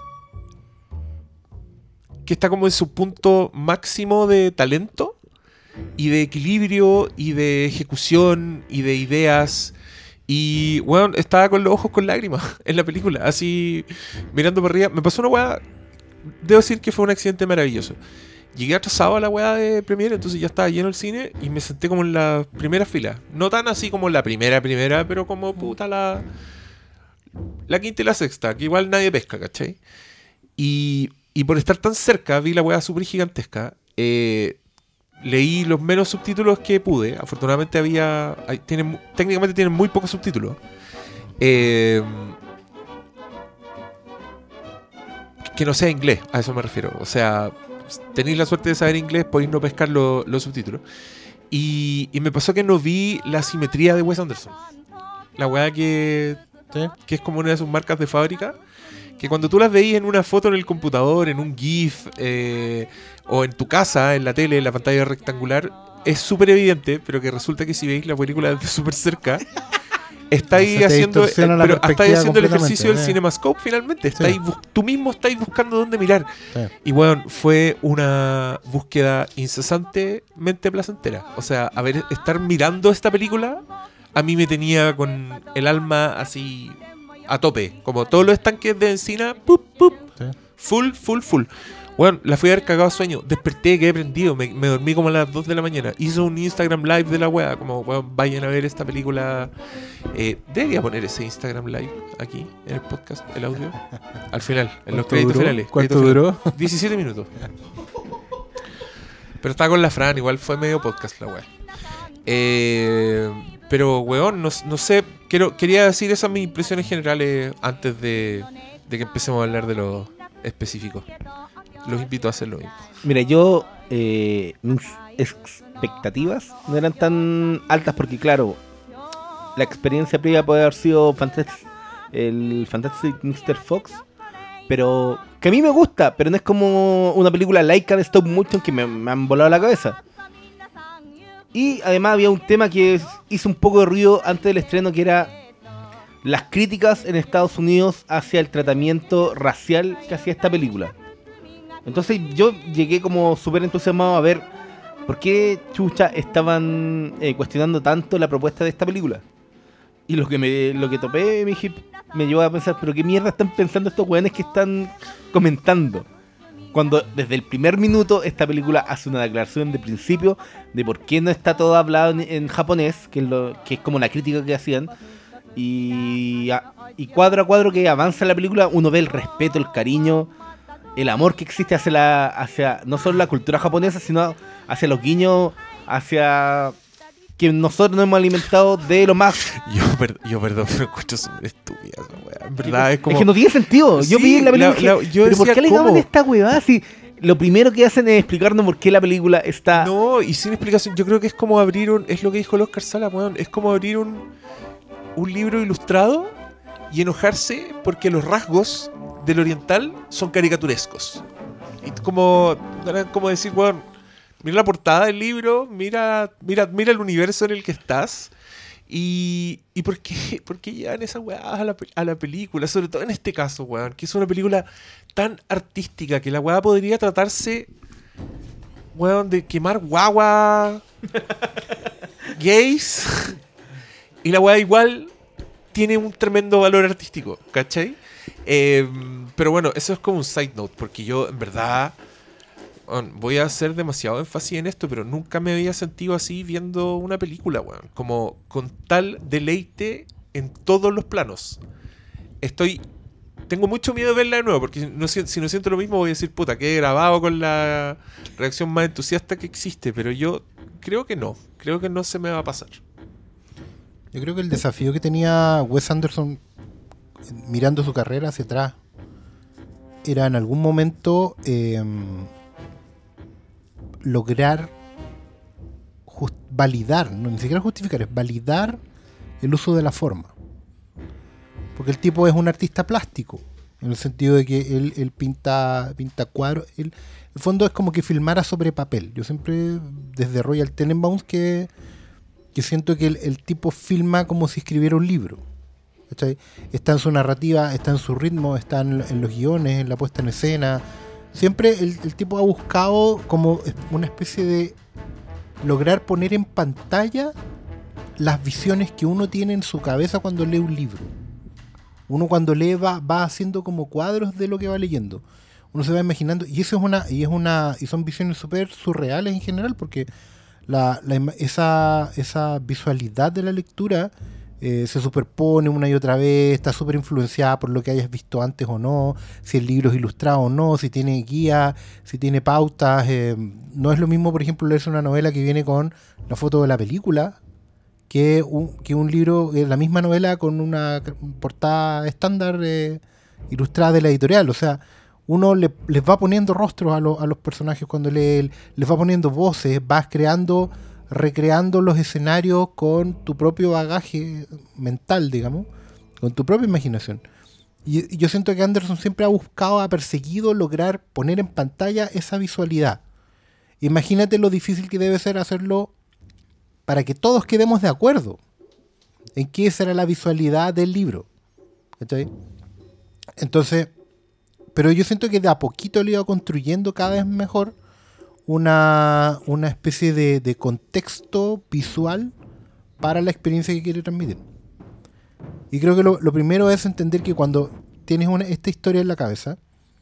que está como en su punto máximo de talento y de equilibrio y de ejecución y de ideas. Y, weón, estaba con los ojos con lágrimas en la película, así mirando para arriba. Me pasó una weá, debo decir que fue un accidente maravilloso. Llegué atrasado a la weá de premiere, entonces ya estaba lleno el cine y me senté como en la primera fila. No tan así como la primera, primera, pero como puta la... la quinta y la sexta, que igual nadie pesca, ¿cachai? Y, y por estar tan cerca, vi la weá súper gigantesca. Eh, leí los menos subtítulos que pude. Afortunadamente había... hay- tienen, técnicamente tienen muy pocos subtítulos. Eh, que no sea inglés, a eso me refiero. O sea, tenéis la suerte de saber inglés, podéis no pescar lo- los subtítulos. Y, y me pasó que no vi la simetría de Wes Anderson. La weá que, ¿Sí? que es como una de sus marcas de fábrica. Que cuando tú las veis en una foto en el computador, en un GIF, eh, o en tu casa, en la tele, en la pantalla rectangular, es súper evidente, pero que resulta que si veis la película desde súper cerca, estáis Se te haciendo, eh, distorsiona la pero estáis perspectiva haciendo el completamente, ejercicio del eh. CinemaScope finalmente. Estáis bus- tú mismo estáis buscando dónde mirar. Sí. Y bueno, fue una búsqueda incesantemente placentera. O sea, a ver, estar mirando esta película a mí me tenía con el alma así a tope. Como todos los estanques de encina, pup, pup, Sí. full, full, full. Bueno, la fui a ver cagado a sueño. Desperté, quedé prendido. Me, me dormí como a las dos de la mañana. Hizo un Instagram Live de la wea. Como, weón, vayan a ver esta película. Eh, debería poner ese Instagram Live aquí, en el podcast, el audio. Al final, en los ¿Cuánto créditos duró? finales. ¿Cuánto Créditos duró? finales. diecisiete minutos. Pero estaba con la Fran, igual fue medio podcast la wea. Eh, pero, weón, no, no sé. Quiero, quería decir esas mis impresiones generales antes de, de que empecemos a hablar de lo específico. Los invito a hacer lo mismo. Mira, yo, eh, mis expectativas no eran tan altas porque, claro, la experiencia previa puede haber sido Fantastic, el Fantastic mister Fox, pero que a mí me gusta, pero no es como una película laica de stop motion que me, me han volado la cabeza. Y además había un tema que es- hizo un poco de ruido antes del estreno, que era las críticas en Estados Unidos hacia el tratamiento racial que hacía esta película. Entonces yo llegué como súper entusiasmado a ver por qué chucha estaban eh, cuestionando tanto la propuesta de esta película. Y lo que me lo que topé me, dije- me llevó a pensar, pero qué mierda están pensando estos weones que están comentando. Cuando desde el primer minuto esta película hace una declaración de principio de por qué no está todo hablado en, en japonés, que es, lo, que es como la crítica que hacían. Y, a- y cuadro a cuadro que avanza la película, uno ve el respeto, el cariño, el amor que existe hacia la hacia no solo la cultura japonesa, sino hacia los guiños, hacia que nosotros nos hemos alimentado de lo más. Yo, per- yo perdón, pero encuentro súper estúpida esa weá. En verdad es como. Es que no tiene sentido. Yo Sí, vi la película la- y dije, la- yo pero ¿por decía, qué le llaman ¿cómo? esta weá? Si lo primero que hacen es explicarnos por qué la película está... No, y sin explicación, yo creo que es como abrir un, es lo que dijo el Oscar Sala, weón, es como abrir un, un libro ilustrado y enojarse porque los rasgos del oriental son caricaturescos. Y como, como decir, weón, mira la portada del libro, mira, mira, mira el universo en el que estás. Y, y por qué, por qué llevan esas weas a la, a la película, sobre todo en este caso, weón, que es una película tan artística que la weá podría tratarse, weón, de quemar guagua gays y la weá igual tiene un tremendo valor artístico, ¿cachai? Eh, pero bueno, eso es como un side note, porque yo en verdad weón, voy a hacer demasiado énfasis en esto, pero nunca me había sentido así viendo una película, weón, como con tal deleite en todos los planos. Estoy Tengo mucho miedo de verla de nuevo, porque no, si no siento lo mismo voy a decir, puta, que he grabado con la reacción más entusiasta que existe, pero yo creo que no, creo que no se me va a pasar. Yo creo que el desafío que tenía Wes Anderson mirando su carrera hacia atrás era en algún momento eh, lograr just- validar, no ni siquiera justificar, es validar el uso de la forma. Porque el tipo es un artista plástico, en el sentido de que él, él pinta, pinta cuadros. Él, el fondo es como que filmara sobre papel. Yo siempre, desde Royal Tenenbaums, que, que siento que el, el tipo filma como si escribiera un libro. ¿Cachai? Está en su narrativa, está en su ritmo, está en, en los guiones, en la puesta en escena. Siempre el, el tipo ha buscado como una especie de lograr poner en pantalla las visiones que uno tiene en su cabeza cuando lee un libro. Uno cuando lee va, va haciendo como cuadros de lo que va leyendo. Uno se va imaginando, y eso es una, y es una, y son visiones súper surreales en general, porque la, la, esa, esa visualidad de la lectura eh, se superpone una y otra vez, está súper influenciada por lo que hayas visto antes o no, si el libro es ilustrado o no, si tiene guía, si tiene pautas. Eh, no es lo mismo, por ejemplo, leerse una novela que viene con la foto de la película, que un, que un libro, eh, la misma novela con una portada estándar eh, ilustrada de la editorial. O sea, uno le, les va poniendo rostros a, lo, a los personajes cuando lee, les va poniendo voces, vas creando, recreando los escenarios con tu propio bagaje mental, digamos, con tu propia imaginación. Y, y yo siento que Anderson siempre ha buscado, ha perseguido lograr poner en pantalla esa visualidad. Imagínate lo difícil que debe ser hacerlo para que todos quedemos de acuerdo en qué será la visualidad del libro. ¿Cachai? Entonces, pero yo siento que de a poquito le iba construyendo cada vez mejor una, una especie de, de contexto visual para la experiencia que quiere transmitir. Y creo que lo, lo primero es entender que cuando tienes una, esta historia en la cabeza,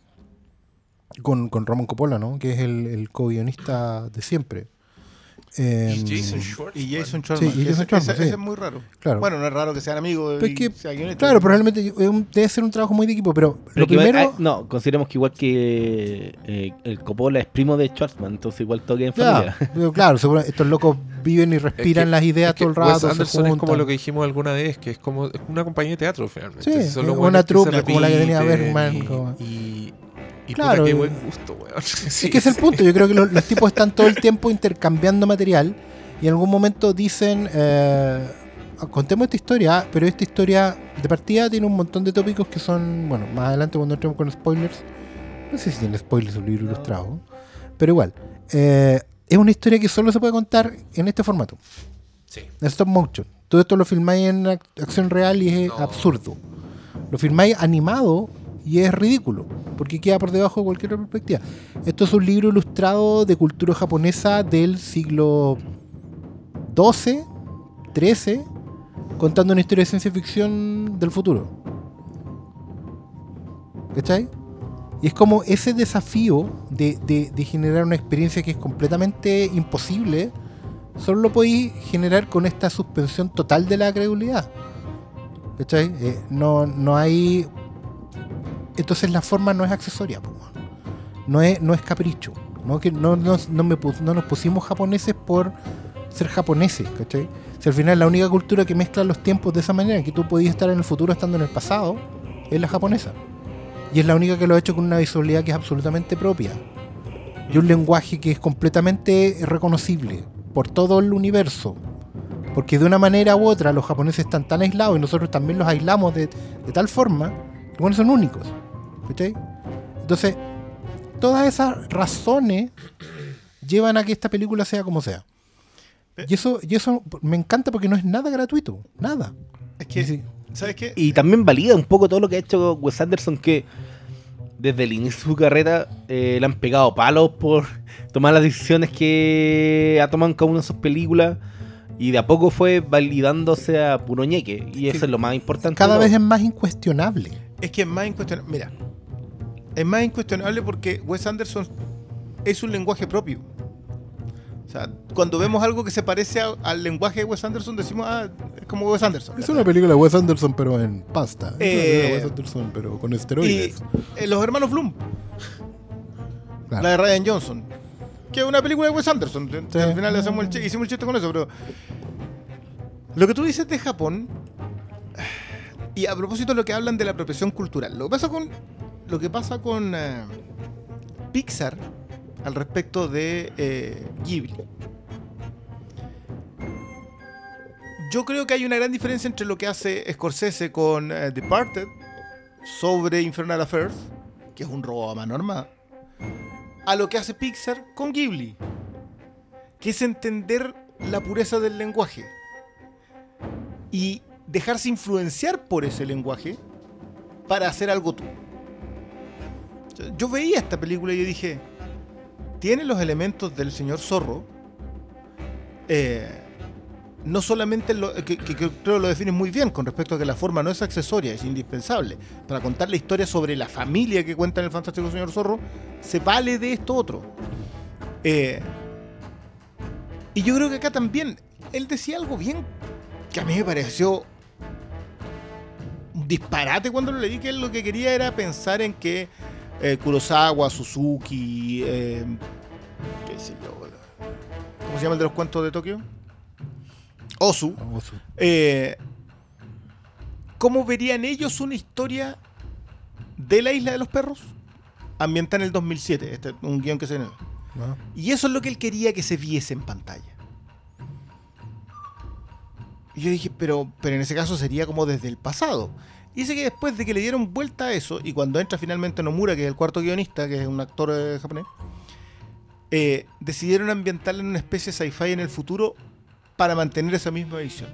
con, con Roman Coppola, ¿no? Que es el, el co-guionista de siempre. Eh, Y Jason Schwartzman. Y Jason Schwartzman. Sí, y que Jason ese, Schwartzman, ese- sí. ese es muy raro. Claro. Bueno, no es raro que sean amigos. Pero y es que, sea guionista. claro, probablemente es un- debe ser un trabajo muy de equipo, pero, Pero lo que igual- primero... ah, no, consideremos que igual que eh, el Coppola es primo de Schwartzman, entonces igual toque en Ya, familia. pero claro, seguro, estos locos viven y respiran Es que- las ideas es que todo el Wes rato. se Anderson es como juntan. lo que dijimos alguna vez, que es como es una compañía de teatro finalmente. Sí, Son los es weones una que se troupe como la que tenía repiten Bergman, y- como- Y, y Claro, puta, qué y- buen gusto, weón. Es que es el punto. Yo creo que los, los tipos están todo el tiempo intercambiando material y en algún momento dicen, eh, contemos esta historia, pero esta historia de partida tiene un montón de tópicos que son, bueno, más adelante cuando entremos con spoilers, no sé si tiene spoilers un libro ilustrado, pero igual, eh, es una historia que solo se puede contar en este formato, Sí. en stop motion. Todo esto lo filmáis en ac- acción real y es No. absurdo. Lo filmáis animado y es ridículo, porque queda por debajo de cualquier otra perspectiva. Esto es un libro ilustrado de cultura japonesa del siglo doce, trece, contando una historia de ciencia ficción del futuro. ¿Cachai? Y es como ese desafío de, de- de generar una experiencia que es completamente imposible, solo lo podéis generar con esta suspensión total de la credulidad. ¿Cachai? Eh, no, no hay... Entonces la forma no es accesoria, po, weón. no es, no es capricho. No, que no, no, no, me pus- no nos pusimos japoneses por ser japoneses, ¿cachai? Si al final la única cultura que mezcla los tiempos de esa manera, que tú podías estar en el futuro estando en el pasado, es la japonesa. Y es la única que lo ha hecho con una visualidad que es absolutamente propia. y un lenguaje que es completamente reconocible por todo el universo. Porque de una manera u otra los japoneses están tan aislados y nosotros también los aislamos de, de tal forma que bueno, son únicos. ¿Cachai? Entonces, todas esas razones llevan a que esta película sea como sea. Y eso, y eso me encanta porque no es nada gratuito. Nada. Es que, Sí. ¿sabes qué? Y también valida un poco todo lo que ha hecho Wes Anderson, que desde el inicio de su carrera eh, le han pegado palos por tomar las decisiones que ha tomado en cada una de sus películas, y de a poco fue validándose a puro ñeque, y eso Sí. es lo más importante. Cada de vez todo. es más incuestionable. Es que es más incuestionable. Mira, es más incuestionable porque Wes Anderson es un lenguaje propio. O sea, cuando vemos algo que se parece a- al lenguaje de Wes Anderson, decimos, ah, es como Wes Anderson. Es una película de Wes Anderson, pero en pasta. Es una Eh, película de Wes Anderson, pero con Y esteroides. eh, Los Hermanos Bloom, Claro. la de Ryan Johnson, que es una película de Wes Anderson. Sí. Al final hacemos el chi- hicimos el chiste con eso, pero lo que tú dices de Japón, y a propósito de lo que hablan de la apropiación cultural, lo que pasa con lo que pasa con eh, Pixar al respecto de eh, Ghibli. Yo creo que hay una gran diferencia entre lo que hace Scorsese con eh, Departed sobre Infernal Affairs, que es un robo a mano armada, a lo que hace Pixar con Ghibli, que es entender la pureza del lenguaje y dejarse influenciar por ese lenguaje para hacer algo tú. Yo veía esta película y yo dije, tiene los elementos del señor Zorro, eh, no solamente lo, que, que- que creo lo defines muy bien con respecto a que la forma no es accesoria, es indispensable para contar la historia sobre la familia que cuenta en el fantástico señor Zorro, se vale de esto otro. Eh, y yo creo que acá también él decía algo bien que a mí me pareció un disparate cuando lo leí, que él lo que quería era pensar en que eh, Kurosawa, Suzuki, eh, qué sé yo, ¿cómo se llama el de los cuentos de Tokio? Ozu. Eh, ¿Cómo verían ellos una historia de la Isla de los Perros ambientada en el dos mil siete? Este es un guión que se... ¿No? Y eso es lo que él quería que se viese en pantalla. Y yo dije, pero, pero en ese caso sería como desde el pasado. Y dice que después de que le dieron vuelta a eso, y cuando entra finalmente Nomura, que es el cuarto guionista, que es un actor eh, japonés, eh, decidieron ambientarla en una especie de sci-fi en el futuro para mantener esa misma visión.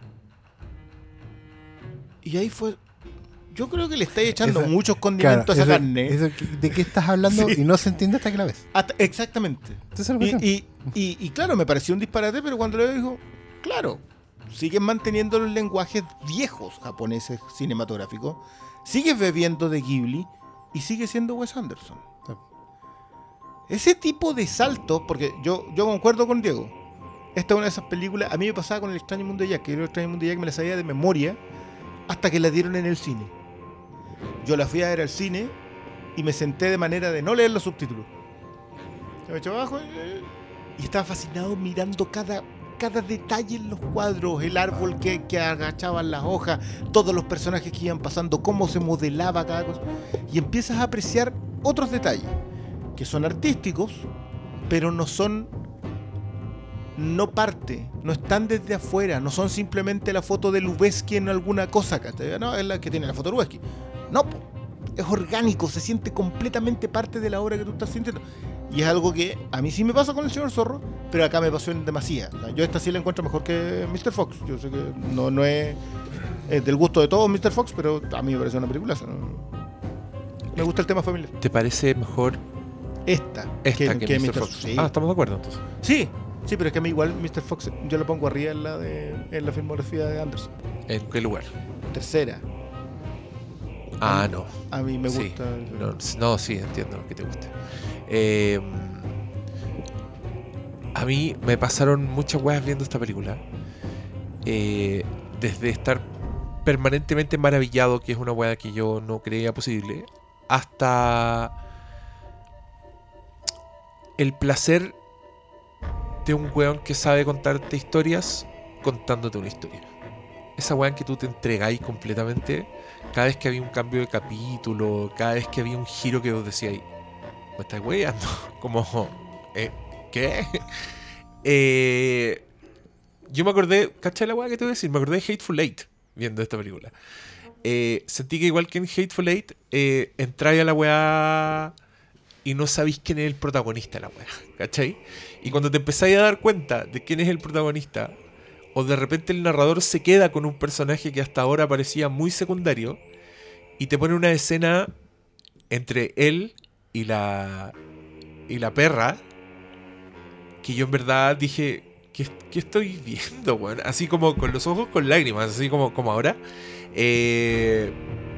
Y ahí fue... Yo creo que le estáis echando Esa- muchos condimentos Claro, a esa eso- carne. eso que- ¿de qué estás hablando? Sí. Y no se entiende hasta que la ves. Hasta- exactamente. Esa es la cuestión. Y, y, y- y claro, me pareció un disparate, pero cuando lo dijo, claro, siguen manteniendo los lenguajes viejos japoneses cinematográficos, sigues bebiendo de Ghibli y sigue siendo Wes Anderson. Sí. Ese tipo de salto, porque yo, yo concuerdo con Diego, esta es una de esas películas, a mí me pasaba con El extraño mundo de Jack, que yo El extraño mundo de Jack me la sabía de memoria hasta que la dieron en el cine. Yo la fui a ver al cine y me senté de manera de no leer los subtítulos. Se me echó abajo eh, y estaba fascinado mirando cada, cada detalle en los cuadros, el árbol que, que agachaban las hojas, todos los personajes que iban pasando, cómo se modelaba cada cosa. Y empiezas a apreciar otros detalles que son artísticos, pero no son, no parte, no están desde afuera, no son simplemente la foto de Lubeski en alguna cosa, ¿cachai? No, es la que tiene la foto de Lubeski. No, po, es orgánico, se siente completamente parte de la obra que tú estás sintiendo. Y es algo que a mí sí me pasa con el señor Zorro, pero acá me pasó en demasía. O sea, yo esta sí la encuentro mejor que mister Fox. Yo sé que no, no es, es del gusto de todos mister Fox, pero a mí me parece una película. Me gusta el tema familiar. ¿Te parece mejor Esta, esta que, mister Fox? Sí. Ah, estamos de acuerdo entonces. sí, sí, pero es que a mí igual mister Fox yo lo pongo arriba en la, de, en la filmografía de Anderson. ¿En qué lugar? Tercera. Ah, no. A mí me Sí. gusta. No, no, sí, entiendo que te guste. Eh, a mí me pasaron muchas weas viendo esta película. Eh, desde estar permanentemente maravillado, que es una wea que yo no creía posible, hasta el placer de un weón que sabe contarte historias contándote una historia. Esa weá en que tú te entregáis completamente cada vez que había un cambio de capítulo, cada vez que había un giro que vos decíais, me estás weyando. Como, eh, ¿qué? eh, yo me acordé, ¿cachai la weá que te voy a decir? Me acordé de Hateful Eight viendo esta película. Eh, sentí que igual que en Hateful Eight, eh, entráis a la weá y no sabéis quién es el protagonista de la weá, ¿cachai? Y cuando te empezáis a dar cuenta de quién es el protagonista, o de repente el narrador se queda con un personaje que hasta ahora parecía muy secundario y te pone una escena entre él y la y la perra que yo en verdad dije, ¿qué, qué estoy viendo, weón? Así como con los ojos con lágrimas, así como, como ahora. Eh,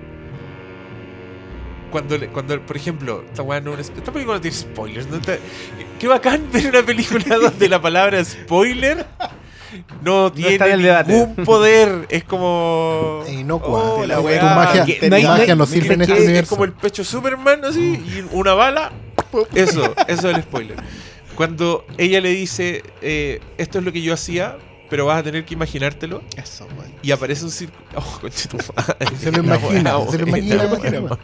cuando, le- cuando, por ejemplo, esta weá no es- esta película no tiene spoilers. ¿No? Está- qué bacán ver una película donde la palabra spoiler no tiene está en el debate. ningún poder. Es como. E inocua. Oh, la Tu weá. magia, que- tu no hay- magia no no hay- sirve en Es este que es universo. como el pecho Superman así y una bala. Eso, eso es el spoiler. Cuando ella le dice, eh, esto es lo que yo hacía, pero vas a tener que imaginártelo. Eso, weón. Y aparece un círculo. Oh, conchetumadre. Se lo La imagina, weá se lo buena, imagina. weón.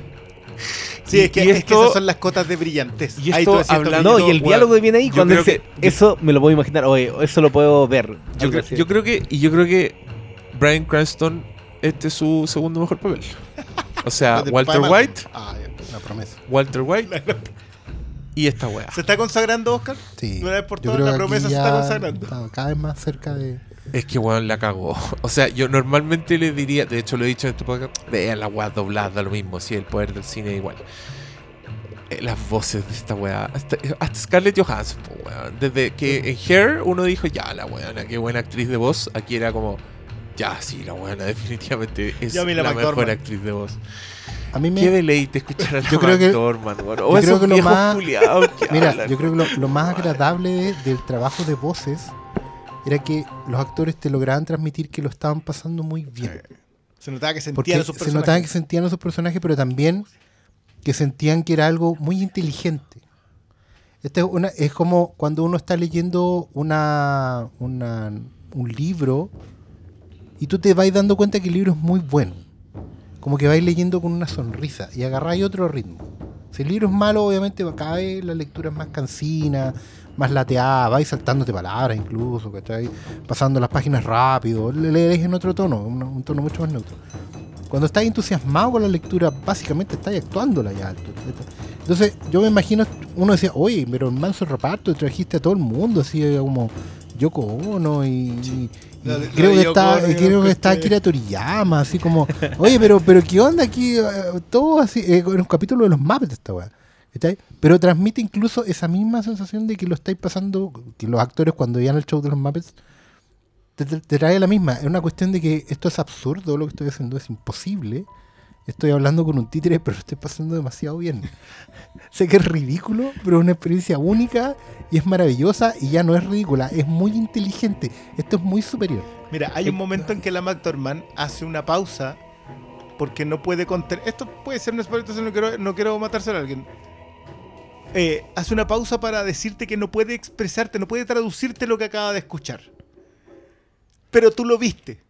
Sí, Y- es que, y es que esto- esas son las cotas de brillantez. y Ahí esto tú decías, hablando- No, y el weón, diálogo que viene ahí yo cuando creo dice, que- eso me lo puedo imaginar, o eh, eso lo puedo ver. Yo, Algo creo- así. yo creo que. Y yo creo que Bryan Cranston, este es su segundo mejor papel. O sea, de Walter papá de mal. White, Ah, ya. La promesa. Walter White y esta weá. ¿Se está consagrando, Oscar? Sí. De una vez por Yo todas, creo la que promesa aquí se está ya consagrando. está cada vez más cerca de. Es que weón la cagó. O sea, yo normalmente le diría, de hecho lo he dicho en este podcast, vean la weá doblada, da lo mismo, sí, el poder del cine igual. Eh, Las voces de esta weá, hasta, hasta Scarlett Johansson, po, weón. Desde que en Hair uno dijo, ya, la weona, qué buena actriz de voz, aquí era como, ya, sí, la weona definitivamente es Ya, mira, la mejor McDormand. actriz de voz. A mí me. Qué deleite escuchar a la Yo creo que- McDormand, weón. yo O creo esos que lo viejos más- culiados que Mira, hablan. yo creo que lo, lo más agradable de- del trabajo de voces era que los actores te lograban transmitir que lo estaban pasando muy bien. Se notaba que sentían Porque esos se personajes. notaba que sentían a sus personajes, pero también que sentían que era algo muy inteligente. Este es, una, es como cuando uno está leyendo una, una- un libro y tú te vas dando cuenta que el libro es muy bueno. Como que vais leyendo con una sonrisa y agarráis otro ritmo. Si el libro es malo, obviamente cada vez la lectura es más cansina, más lateada, vais saltándote palabras incluso, ¿cachai? Pasando las páginas rápido, le lees en otro tono, un, un tono mucho más neutro. Cuando estás entusiasmado con la lectura, básicamente estás actuándola ya. Entonces, yo me imagino, uno decía, oye, pero en manso reparto trajiste a todo el mundo, así como Yoko Ono y, y- y La de- la creo de que Yoko está, Ono, yo creo no que está escuché. Akira Toriyama, así como, oye, pero, pero ¿qué onda aquí? Eh, Todo así, eh, en un capítulo de los Muppets esta weá. ¿Cachai? Pero transmite incluso esa misma sensación de que lo estáis pasando, que los actores cuando veían el show de los Muppets, te, te- te trae la misma. Es una cuestión de que esto es absurdo, lo que estoy haciendo es imposible. Estoy hablando con un títere, pero lo estoy pasando demasiado bien. Sé que es ridículo, pero es una experiencia única y es maravillosa y ya no es ridícula, es muy inteligente. Esto es muy superior. Mira, hay un momento en que la McDormand hace una pausa porque no puede contener. Esto puede ser un spoiler, entonces no quiero, no quiero matárselo a alguien. Eh, hace una pausa para decirte que no puede expresarte, no puede traducirte lo que acaba de escuchar. Pero tú lo viste.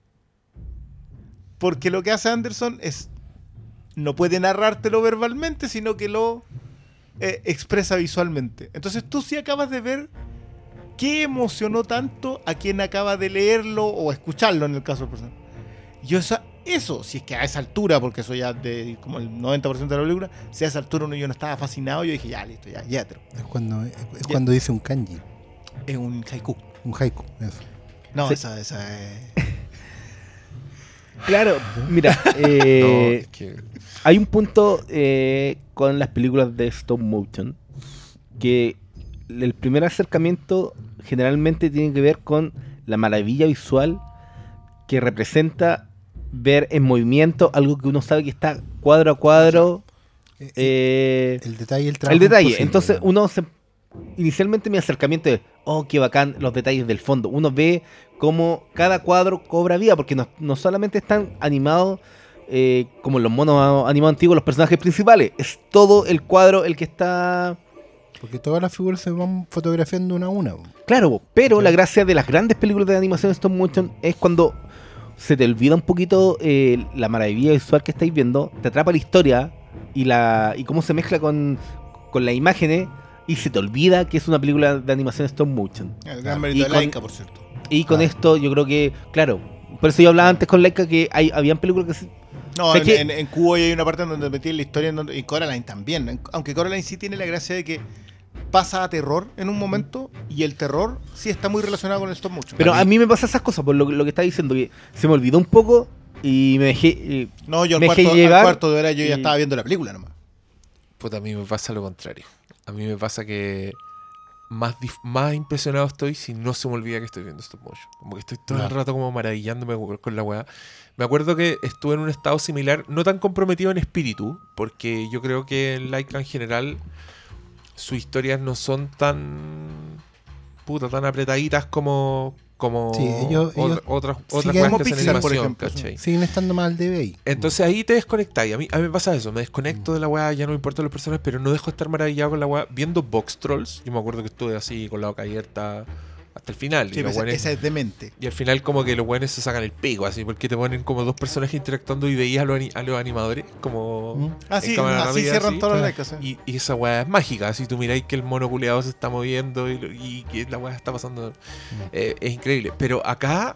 Porque lo que hace Anderson es. No puede narrártelo verbalmente, sino que lo eh, expresa visualmente. Entonces tú sí acabas de ver qué emocionó tanto a quien acaba de leerlo o escucharlo en el caso del personaje. Yo esa, eso, si es que a esa altura, porque eso ya de como el noventa por ciento de la película, si a esa altura uno yo no estaba fascinado, yo dije, ya, listo, ya, ya, pero Es cuando, es, es cuando dice un kanji, es un haiku. un haiku. Eso. No, Sí. esa, esa es... Claro, mira, No, eh, es que- hay un punto eh, con las películas de stop motion que el primer acercamiento generalmente tiene que ver con la maravilla visual que representa ver en movimiento algo que uno sabe que está cuadro a cuadro. Eh, eh, el detalle, el trabajo. el detalle. imposible, Entonces digamos. uno se... Inicialmente mi acercamiento es, oh, qué bacán los detalles del fondo. Uno ve cómo cada cuadro cobra vida, porque no, no solamente están animados eh, como los monos animados antiguos, los personajes principales. Es todo el cuadro el que está... Porque todas las figuras se van fotografiando una a una. Claro, pero la gracia de las grandes películas de animación stop motion es cuando se te olvida un poquito eh, la maravilla visual que estáis viendo, te atrapa la historia y la y cómo se mezcla con, con las imágenes y se te olvida que es una película de animación stop motion. El gran Y mérito de con- Laika, por cierto. Y con Ah. esto yo creo que, claro, por eso yo hablaba antes con Laika que hay, habían películas que... se- No, O sea en, que- en, en Cubo hay una parte en donde metí la historia en donde, y Coraline también. En- aunque Coraline sí tiene la gracia de que pasa a terror en un momento y el terror sí está muy relacionado con el stop motion. Pero a mí me pasa esas cosas, por lo, lo que está diciendo, que se me olvidó un poco y me dejé... eh, No, yo al me cuarto, dejé al llevar cuarto de hora yo ya y- estaba viendo la película nomás. Puta, a mí me pasa lo contrario. A mí me pasa que más, dif- más impresionado estoy si no se me olvida que estoy viendo stop motion. Como que estoy todo el Claro. rato como maravillándome con la weá. Me acuerdo que estuve en un estado similar, no tan comprometido en espíritu, porque yo creo que en Laika en general sus historias no son tan puta, tan apretaditas como como Sí, ellos- ot- ellos otras otras siguen- weas Como que hacen Pixar, por animación, ejemplo, sí. ¿cachai? Siguen estando mal de ahí. Entonces ahí te desconectáis. A mí, a mí me pasa eso. Me desconecto de la weá, ya no me importan los personajes, pero no dejo de estar maravillado con la weá. Viendo Box Trolls, yo me acuerdo que estuve así con la boca abierta hasta el final. Sí, y, los esa, weones- esa es demente. y al final como que los weones se sacan el pico, así, porque te ponen como dos personajes interactuando y veías a los, ani- a los animadores como... Mm. Ah, en sí, cámara así rápida, cierran así. todas las claro. Laikas. ¿eh? Y, y esa weá es mágica, así tú miráis que el mono culeado se está moviendo y, lo- y que la weá está pasando. Eh, es increíble. Pero acá,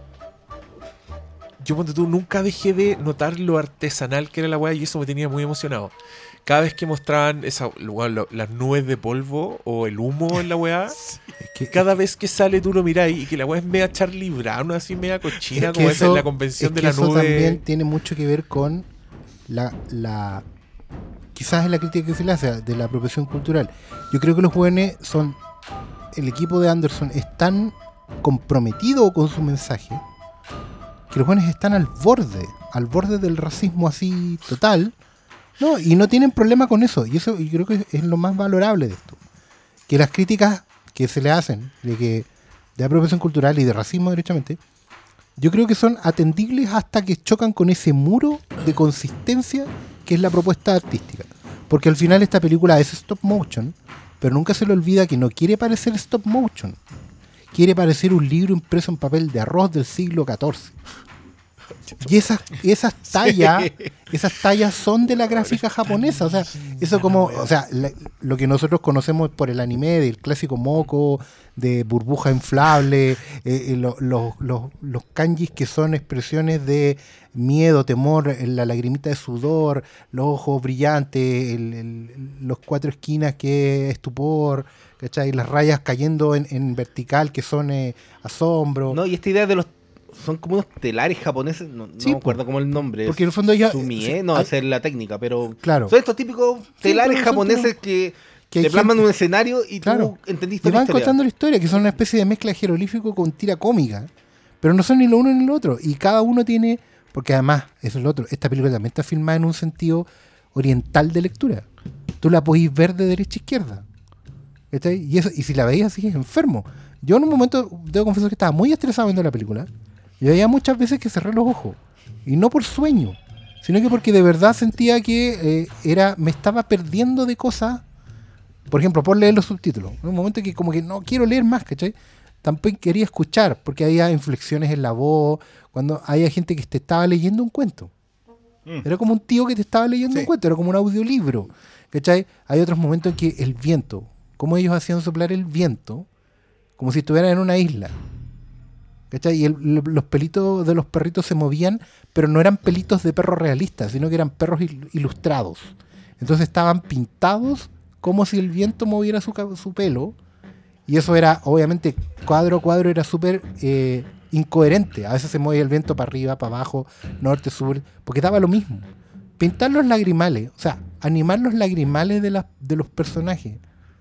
yo ponte tú, nunca dejé de notar lo artesanal que era la weá y eso me tenía muy emocionado. Cada vez que mostraban esa, weón, lo- las nubes de polvo o el humo en la weá, Es que, cada vez que sale tú lo miráis y que la weá es media Charlie Brown, así media cochina, es que como esa en eso- la convención es de que la eso nube. también tiene mucho que ver con la, la quizás es la crítica que se le hace de la apropiación cultural. Yo creo que los jóvenes son, el equipo de Anderson es tan comprometido con su mensaje que los jóvenes están al borde, al borde del racismo así total, no, y no tienen problema con eso. Y eso yo creo que es lo más valorable de esto. Que las críticas que se le hacen de que de apropiación cultural y de racismo derechamente, yo creo que son atendibles hasta que chocan con ese muro de consistencia que es la propuesta artística. Porque al final esta película es stop motion, pero nunca se le olvida que no quiere parecer stop motion. Quiere parecer un libro impreso en papel de arroz del siglo catorce. Y esas, esas tallas, esas tallas son de la gráfica japonesa. O sea, eso como, o sea, la- lo que nosotros conocemos por el anime, del clásico moco, de burbuja inflable, eh, eh, lo- lo- lo- los kanjis que son expresiones de miedo, temor, eh, la lagrimita de sudor, los ojos brillantes, el- el- los cuatro esquinas que es estupor, ¿cachai? Las rayas cayendo en, en vertical que son eh, asombro. No, y esta idea de los... Son como unos telares japoneses, no, no Sí, me po. acuerdo cómo el nombre. Porque en el fondo ya- Sumie, sí, no, hay- esa es la técnica, pero... Claro. Son estos típicos telares pero son japoneses como- que, que hay te plasman gente- un escenario y Claro. tú entendiste Y la van historia. contando la historia, que son una especie de mezcla de jeroglífico con tira cómica. Pero no son ni lo uno ni lo otro. Y cada uno tiene. Porque además, eso es lo otro. Esta película también está filmada en un sentido oriental de lectura. Tú la podéis ver de derecha a izquierda. ¿Cachai? Y, eso, y si la veías así, es enfermo. Yo en un momento, debo confesar que estaba muy estresado viendo la película. Y había muchas veces que cerré los ojos. Y no por sueño, sino que porque de verdad sentía que eh, era me estaba perdiendo de cosas. Por ejemplo, por leer los subtítulos. En un momento que como que no quiero leer más, ¿cachai? Tampoco quería escuchar, porque había inflexiones en la voz, cuando había gente que te estaba leyendo un cuento. Mm. Era como un tío que te estaba leyendo Sí. un cuento, era como un audiolibro, ¿cachai? Hay otros momentos en que el viento, como ellos hacían soplar el viento, como si estuvieran en una isla. ¿Cachai? Y el- lo- los pelitos de los perritos se movían, pero no eran pelitos de perros realistas, sino que eran perros il- ilustrados. Entonces estaban pintados como si el viento moviera su, ca- su pelo. Y eso era, obviamente, cuadro a cuadro era súper eh, incoherente. A veces se movía el viento para arriba, para abajo, norte, sur, porque daba lo mismo. Pintar los lagrimales, o sea, animar los lagrimales de, las- de los personajes.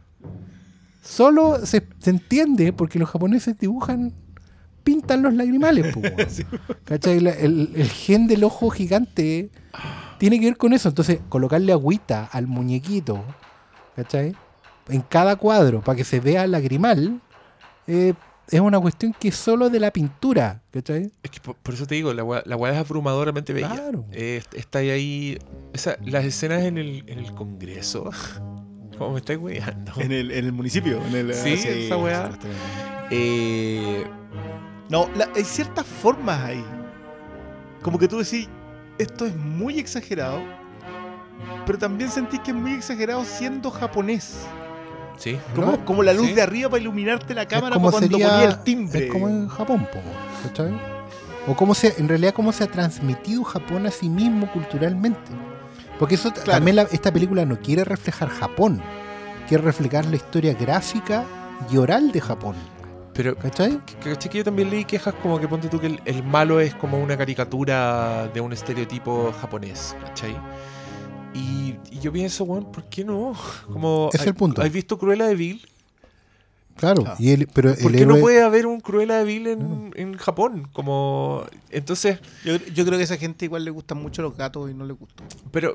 Solo se, se entiende porque los japoneses dibujan, pintan los lagrimales. Po, weón. ¿Cachai? La- el, el gen del ojo gigante tiene que ver con eso. Entonces, colocarle agüita al muñequito, ¿cachai? En cada cuadro para que se vea lagrimal, eh, es una cuestión que es solo de la pintura, ¿cachai? Es que por, por eso te digo, la weá, la weá es abrumadoramente bella. Claro. Eh, está ahí, ahí esa, las escenas en el, en el Congreso. Como me estáis weyando. En el, en el municipio. En el, Sí, ah, esa weá. exactamente. Eh, No, la- hay ciertas formas ahí. Como que tú decís, esto es muy exagerado, pero también sentís que es muy exagerado siendo japonés. Sí. Como, No, como la luz sí. de arriba para iluminarte la cámara es como para cuando sería, ponía el timbre. es como en Japón, po, ¿cachai? O cómo se, en realidad cómo se ha transmitido Japón a sí mismo culturalmente. Porque eso Claro. también la- esta película no quiere reflejar Japón, quiere reflejar la historia gráfica y oral de Japón, Pero ¿cachai? que- ¿cachai que yo también leí quejas como que ponte tú que el, el malo es como una caricatura de un estereotipo japonés, ¿cachai? Y, y yo pienso, bueno, ¿por qué no? Como, Es el punto. ¿has visto Cruella de Vil? Claro, Claro. y el, pero el ¿Por qué héroe, no puede haber un Cruella de Vil en, en Japón? Como, entonces, Yo, yo creo que a esa gente igual le gustan mucho los gatos y no le gustan. pero...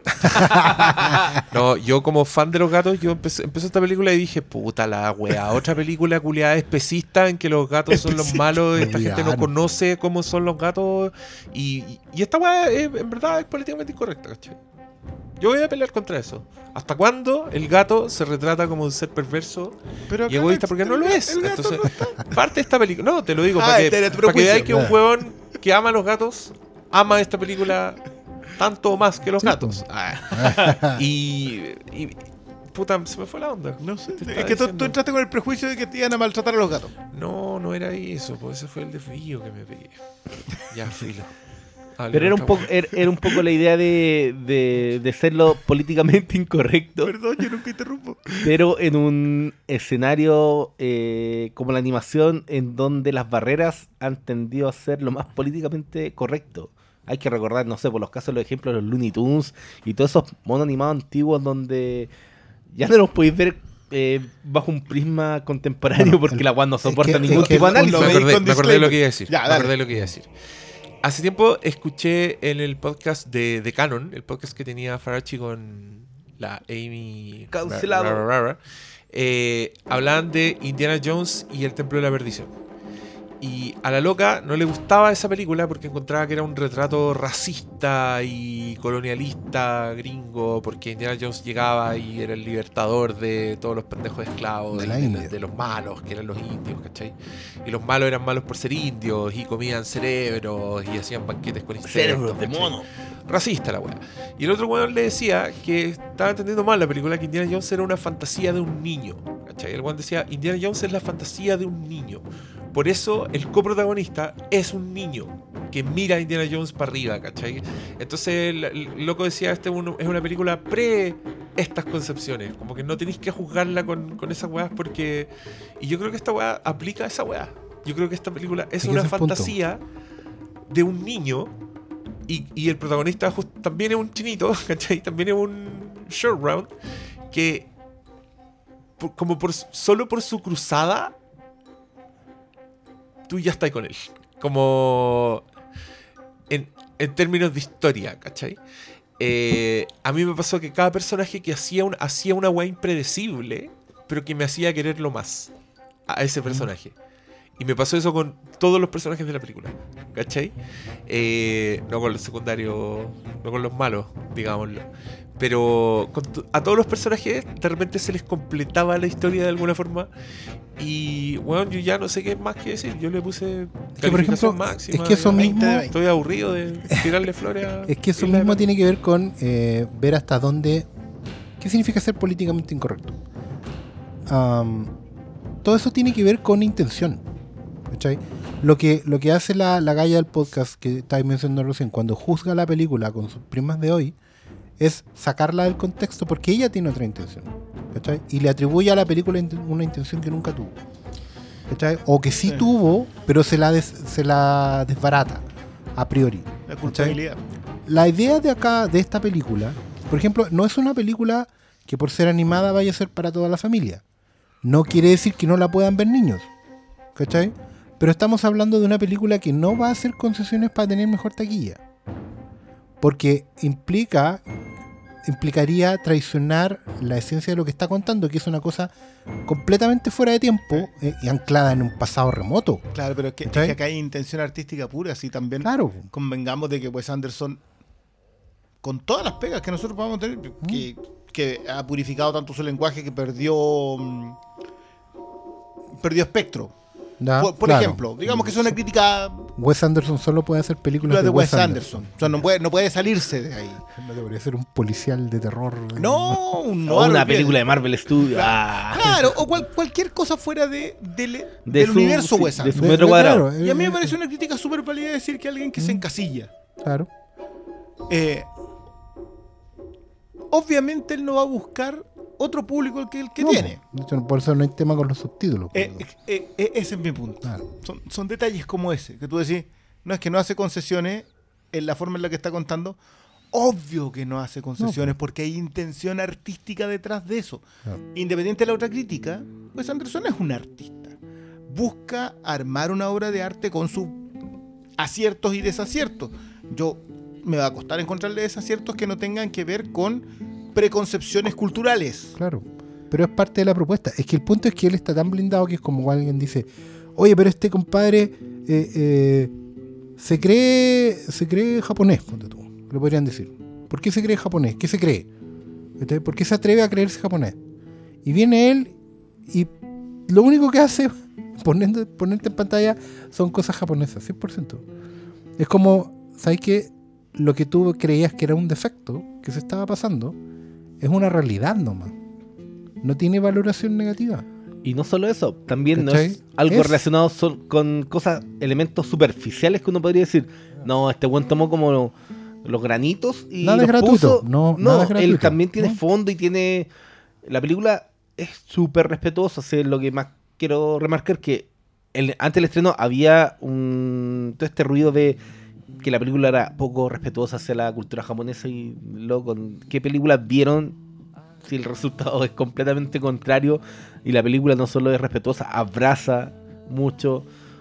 no, yo como fan de los gatos, yo empecé, empezó esta película y dije, puta la wea, otra película culiada especista en que los gatos son los malos, esta gente no Villano. conoce cómo son los gatos y, y esta wea es, en verdad es políticamente incorrecta, ¿cachai? Yo voy a pelear contra eso. ¿Hasta cuándo el gato se retrata como un ser perverso Pero y acá egoísta? el- Porque no el lo ga- es. el gato Entonces, no está. parte de esta película. No, te lo digo, Ah, para que, este era tu para que veáis prejuicio. que un huevón que ama a los gatos ama esta película tanto o más que los Sí, gatos. pues. Ah. y, y. Puta, se me fue la onda. No sé. Te Es estaba que tú, diciendo. tú entraste con el prejuicio de que te iban a maltratar a los gatos. No, no era eso, pues ese fue el desvío que me pegué. Ya, filo. Hable Pero era un otra poco, wea. era, era un poco la idea de, de, de serlo políticamente incorrecto, Perdón, yo nunca interrumpo. pero en un escenario eh, como la animación, en donde las barreras han tendido a ser lo más políticamente correcto. Hay que recordar, no sé, por los casos, los ejemplos de los Looney Tunes y todos esos monos animados antiguos donde ya no los podéis ver eh, bajo un prisma contemporáneo Bueno, porque el- la cual no es soporta que- ningún es que tipo de el- análisis. lo me veis acordé, con me acordé de lo disclaimer. que iba a decir. Ya, me dale. acordé de lo que iba a decir. Hace tiempo escuché en el podcast de, de Canon, el podcast que tenía Farachi con la Amy Cancelado. Ra- Ra- Ra- Ra, eh, hablaban de Indiana Jones y el Templo de la Perdición. Y a la loca no le gustaba esa película porque encontraba que era un retrato racista y colonialista gringo, porque Indiana Jones llegaba y era el libertador de todos los pendejos esclavos, De y la de, India. de los malos, que eran los indios, ¿cachai? Y los malos eran malos por ser indios y comían cerebros y hacían banquetes con insectos, Cerebros de ¿cachai? mono. Racista la weá. Y el otro weón le decía que estaba entendiendo mal la película, que Indiana Jones era una fantasía de un niño. ¿Cachai? El weón decía, Indiana Jones es la fantasía de un niño. Por eso el coprotagonista es un niño que mira a Indiana Jones para arriba, ¿cachai? Entonces el, el loco decía, este uno- es una película pre estas concepciones. Como que no tenéis que juzgarla con, con esas weas porque... Y yo creo que esta wea aplica a esa wea. Yo creo que esta película es Es que una ese es el punto. fantasía de un niño y, y el protagonista just- también es un chinito, ¿cachai? También es un short round que por- como por solo por su cruzada tú ya estás con él. Como en, en términos de historia, ¿cachai? Eh, a mí me pasó que cada personaje que hacía, un, hacía una weá impredecible, pero que me hacía quererlo más a ese personaje. Y me pasó eso con todos los personajes de la película, ¿cachai? Eh, no con los secundarios, no con los malos, digámoslo. Pero con to- a todos los personajes de repente se les completaba la historia de alguna forma. Y bueno, yo ya no sé qué más que decir. Yo le puse que, por calificación ejemplo, máxima. es que eso ya. mismo- veinte de veinte. Estoy aburrido de tirarle flores a... Es que eso Isla de mismo Pascua. tiene que ver con eh, ver hasta dónde... ¿Qué significa ser políticamente incorrecto? Am, todo eso tiene que ver con intención. ¿Cachai? Lo que, lo que hace la, la galla del podcast que estáis mencionando recién, cuando juzga la película con sus primas de hoy, es sacarla del contexto porque ella tiene otra intención. ¿Cachai? Y le atribuye a la película int- una intención que nunca tuvo. ¿Cachai? O que sí Sí. tuvo, pero se la, des- se la desbarata a priori. La culpabilidad. La idea de acá, de esta película, por ejemplo, no es una película que por ser animada vaya a ser para toda la familia. No quiere decir que no la puedan ver niños. ¿Cachai? Pero estamos hablando de una película que no va a hacer concesiones para tener mejor taquilla. Porque implica, implicaría traicionar la esencia de lo que está contando, que es una cosa completamente fuera de tiempo eh, y anclada en un pasado remoto. Claro, pero es que, es ¿Cachai? que acá hay intención artística pura, así también Claro. convengamos de que Wes Anderson, con todas las pegas que nosotros podamos tener, que, que ha purificado tanto su lenguaje que perdió mm, perdió espectro. Ya, Por, por claro. ejemplo, digamos que es una crítica Wes Anderson solo puede hacer películas Lo de, de Wes Anderson. O sea, no puede, no puede salirse de ahí. No debería ser un policial de terror. No, un O noir una bien. película de Marvel Studios. Ah. Claro, o cual- cualquier cosa fuera de, del, De del su- universo sí, Wes de Anderson. su metro cuadrado. claro, Y a mí me eh, parece una crítica súper válida decir que alguien que se encasilla. Claro. Eh, obviamente él no va a buscar otro público que el que No, tiene. de hecho, por eso no hay tema con los subtítulos. Eh, pues, eh, eh, ese es mi punto. Claro. Son, son detalles como ese, que tú decís, no es que no hace concesiones en la forma en la que está contando. Obvio que no hace concesiones porque hay intención artística detrás de eso. Claro. Independiente de la otra crítica, Wes Anderson es un artista. Busca armar una obra de arte con sus aciertos y desaciertos. Yo me va a costar encontrarle desaciertos que no tengan que ver con preconcepciones culturales. Claro, pero es parte de la propuesta. Es que el punto es que él está tan blindado que es como alguien dice, oye, pero este compadre eh, eh, se cree se cree japonés, ponte tú, lo podrían decir. ¿Por qué se cree japonés? ¿Qué se cree? ¿Este? ¿Por qué se atreve a creerse japonés? Y viene él y lo único que hace poniendo, ponerte en pantalla son cosas japonesas, cien por ciento. Es como, ¿sabes qué? Lo que tú creías que era un defecto que se estaba pasando es una realidad nomás. No tiene valoración negativa. Y no solo eso, también no ¿Cachai? es algo Es- relacionado sol- con cosas, elementos superficiales que uno podría decir. No, este buen tomó como lo- los granitos y Nada es los gratuito, puso. no, nada es él gratuito, también tiene ¿no? fondo y tiene... La película es súper respetuosa. O sea, lo que más quiero remarcar que el- antes del estreno había un todo este ruido de que la película era poco respetuosa hacia la cultura japonesa y loco, ¿qué películas vieron? Si el resultado es completamente contrario y la película no solo es respetuosa, abraza mucho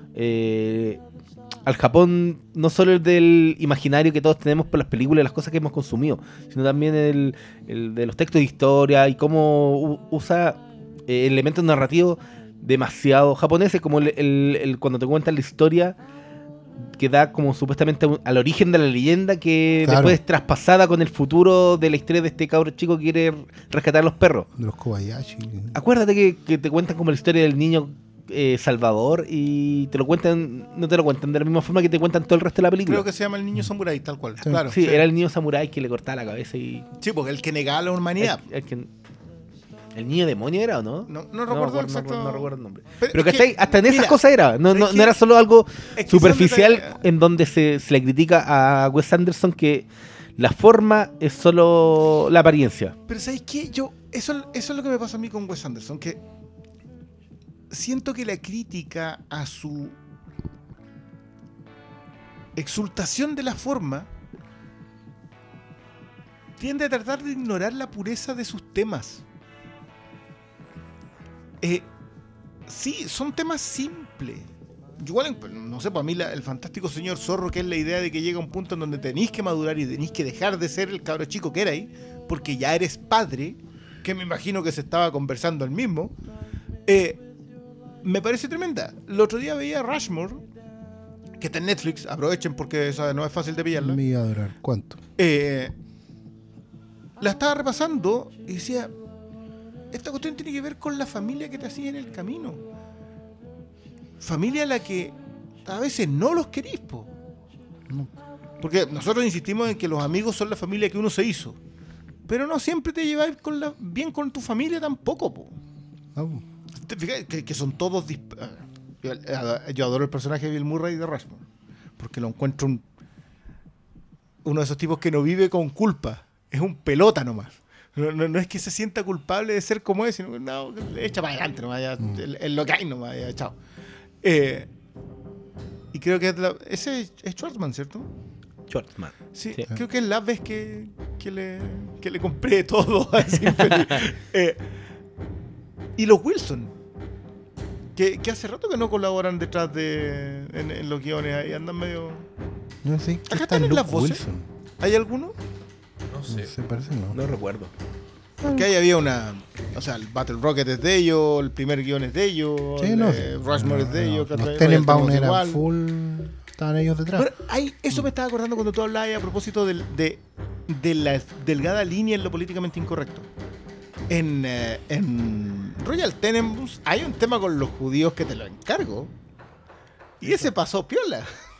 eh, al Japón, no solo el del imaginario que todos tenemos por las películas y las cosas que hemos consumido, sino también el, el de los textos de historia y cómo u- usa eh, elementos narrativos demasiado japoneses, como el, el- el- cuando te cuentan la historia que da como supuestamente un- al origen de la leyenda que Claro. después es traspasada con el futuro de la historia de este cabro chico que quiere rescatar a los perros. De los Kobayashi. Acuérdate que, que te cuentan como la historia del niño eh, Salvador y te lo cuentan, no te lo cuentan de la misma forma que te cuentan todo el resto de la película. Creo que se llama El Niño Samurai, tal cual. Sí. Claro, sí, era el niño samurái que le cortaba la cabeza y... Sí, porque el que negaba la humanidad. El, el que- ¿el niño demonio era o no? No, no recuerdo no, exacto. No, no recuerdo el nombre. Pero Pero, es ¿cachai? que, Hasta en esas mira, cosas era. No, es no, que- no era solo algo es que son superficial detalles- en donde se, se le critica a Wes Anderson que la forma es solo la apariencia. Pero ¿sabes qué? Yo, eso, eso es lo que me pasa a mí con Wes Anderson, que siento que la crítica a su exultación de la forma tiende a tratar de ignorar la pureza de sus temas. Eh, sí, son temas simples. Igual, no sé, para mí la- el fantástico señor Zorro, que es la idea de que llega un punto en donde tenéis que madurar y tenéis que dejar de ser el cabro chico que erais, porque ya eres padre, que me imagino que se estaba conversando el mismo, eh, me parece tremenda. El otro día veía Rushmore, que está en Netflix, aprovechen porque esa no es fácil de pillarla. Me iba a durar. ¿Cuánto? Eh, la estaba repasando y decía, esta cuestión tiene que ver con la familia que te hacía en el camino. Familia a la que a veces no los querís, po. No. Porque nosotros insistimos en que los amigos son la familia que uno se hizo. Pero no siempre te lleváis con la, bien con tu familia tampoco, po. Ah, ¿Te fijas? Que, que son todos... disp- ah, Yo, yo adoro el personaje de Bill Murray de Rushmore. Porque lo encuentro un, uno de esos tipos que no vive con culpa. Es un pelota nomás. No, no, no es que se sienta culpable de ser como es, sino que no, echa para adelante nomás. Ya, Mm. el, el lo que hay nomás, ya, chao. Eh, y creo que es la- ese es Schwartzman, ¿cierto? Schwartzman. Sí, Sí. creo que es la vez que, que, le, que le compré todo así feliz. Eh, y los Wilson, que, que hace rato que no colaboran detrás de en, en los guiones, ahí andan medio... no sé. ¿Qué Acá está están Luke las voces. Wilson? ¿Hay alguno? No No sé. sé, parece no. No recuerdo. Que ahí había una... O sea, el Battle Rocket es de ellos, el primer guión es de ellos, Sí, el, no eh, sé. Rushmore es de No, ellos. no. ¿cachai? Los Tenenbaum Royal eran Tenenbaum igual. full. Estaban ellos detrás. Bueno, ahí, eso me estaba acordando cuando tú hablabas a propósito del- de, de la delgada línea en lo políticamente incorrecto. En, eh, en Royal Tenenbaums hay un tema con los judíos que te lo encargo. Y ese pasó piola.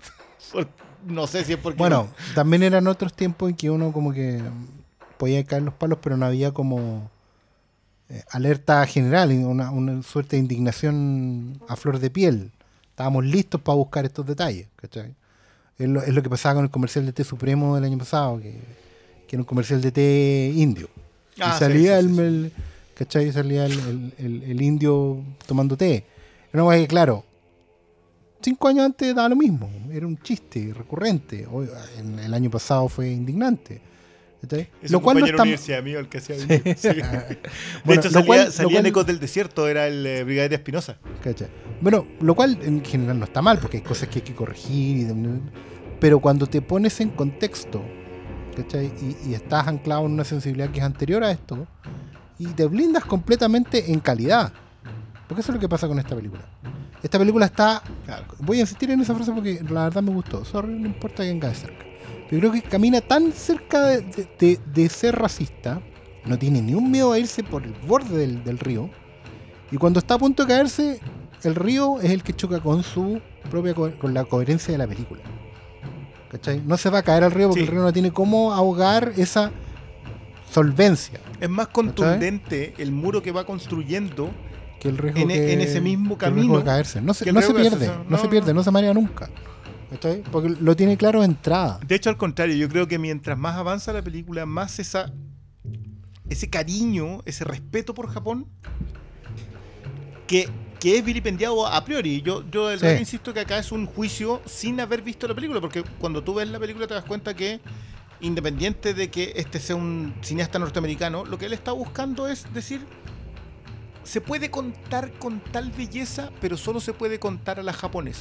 Por- no sé si es porque... Bueno, también eran otros tiempos en que uno como que podía caer los palos, pero no había como eh, alerta general, una, una suerte de indignación a flor de piel. Estábamos listos para buscar estos detalles, ¿cachai? Es lo, es lo que pasaba con el comercial de té supremo del año pasado, que, que era un comercial de té indio. Ah, y sí, salía, sí, el, sí, sí. el- ¿cachai? Salía el, el- el- el indio tomando té. Era una cosa que, claro, cinco años antes daba lo mismo. Era un chiste recurrente. Hoy, en el año pasado fue indignante. ¿Cachai? Es Lo un cual no compañero de está... universidad mío el que hacía video. Sí. De Bueno, hecho, lo salía, cual- lo salía en cual- Ecos del Desierto, era el eh, Brigadier Espinosa. ¿Cachai? Bueno, lo cual en general no está mal, porque hay cosas que hay que corregir. y- pero cuando te pones en contexto, ¿cachai? Y, y estás anclado en una sensibilidad que es anterior a esto, y te blindas completamente en calidad. Porque eso es lo que pasa con esta película. Esta película está... Claro. Voy a insistir en esa frase porque la verdad me gustó. Sorry, no importa quién cae cerca. Pero creo que camina tan cerca de, de- de- de ser racista, no tiene ni un miedo a irse por el borde del, del río. Y cuando está a punto de caerse, el río es el que choca con su propia co- con la coherencia de la película. ¿Cachai? No se va a caer al río porque Sí. el río no tiene cómo ahogar esa solvencia Es más contundente el muro que va construyendo que el riesgo En e- que- en ese mismo que el riesgo de camino, caerse. No se, que el no se riesgo de pierde, hacerse- no, se no, pierde, no. no se marea nunca. ¿Cachai? Porque lo tiene claro de entrada. De hecho, al contrario, yo creo que mientras más avanza la película, más esa ese cariño, ese respeto por Japón, que, que es vilipendiado a priori. Yo, yo de Sí. verdad insisto que acá es un juicio sin haber visto la película, porque cuando tú ves la película te das cuenta que, independiente de que este sea un cineasta norteamericano, lo que él está buscando es decir, se puede contar con tal belleza, pero solo se puede contar a la japonesa.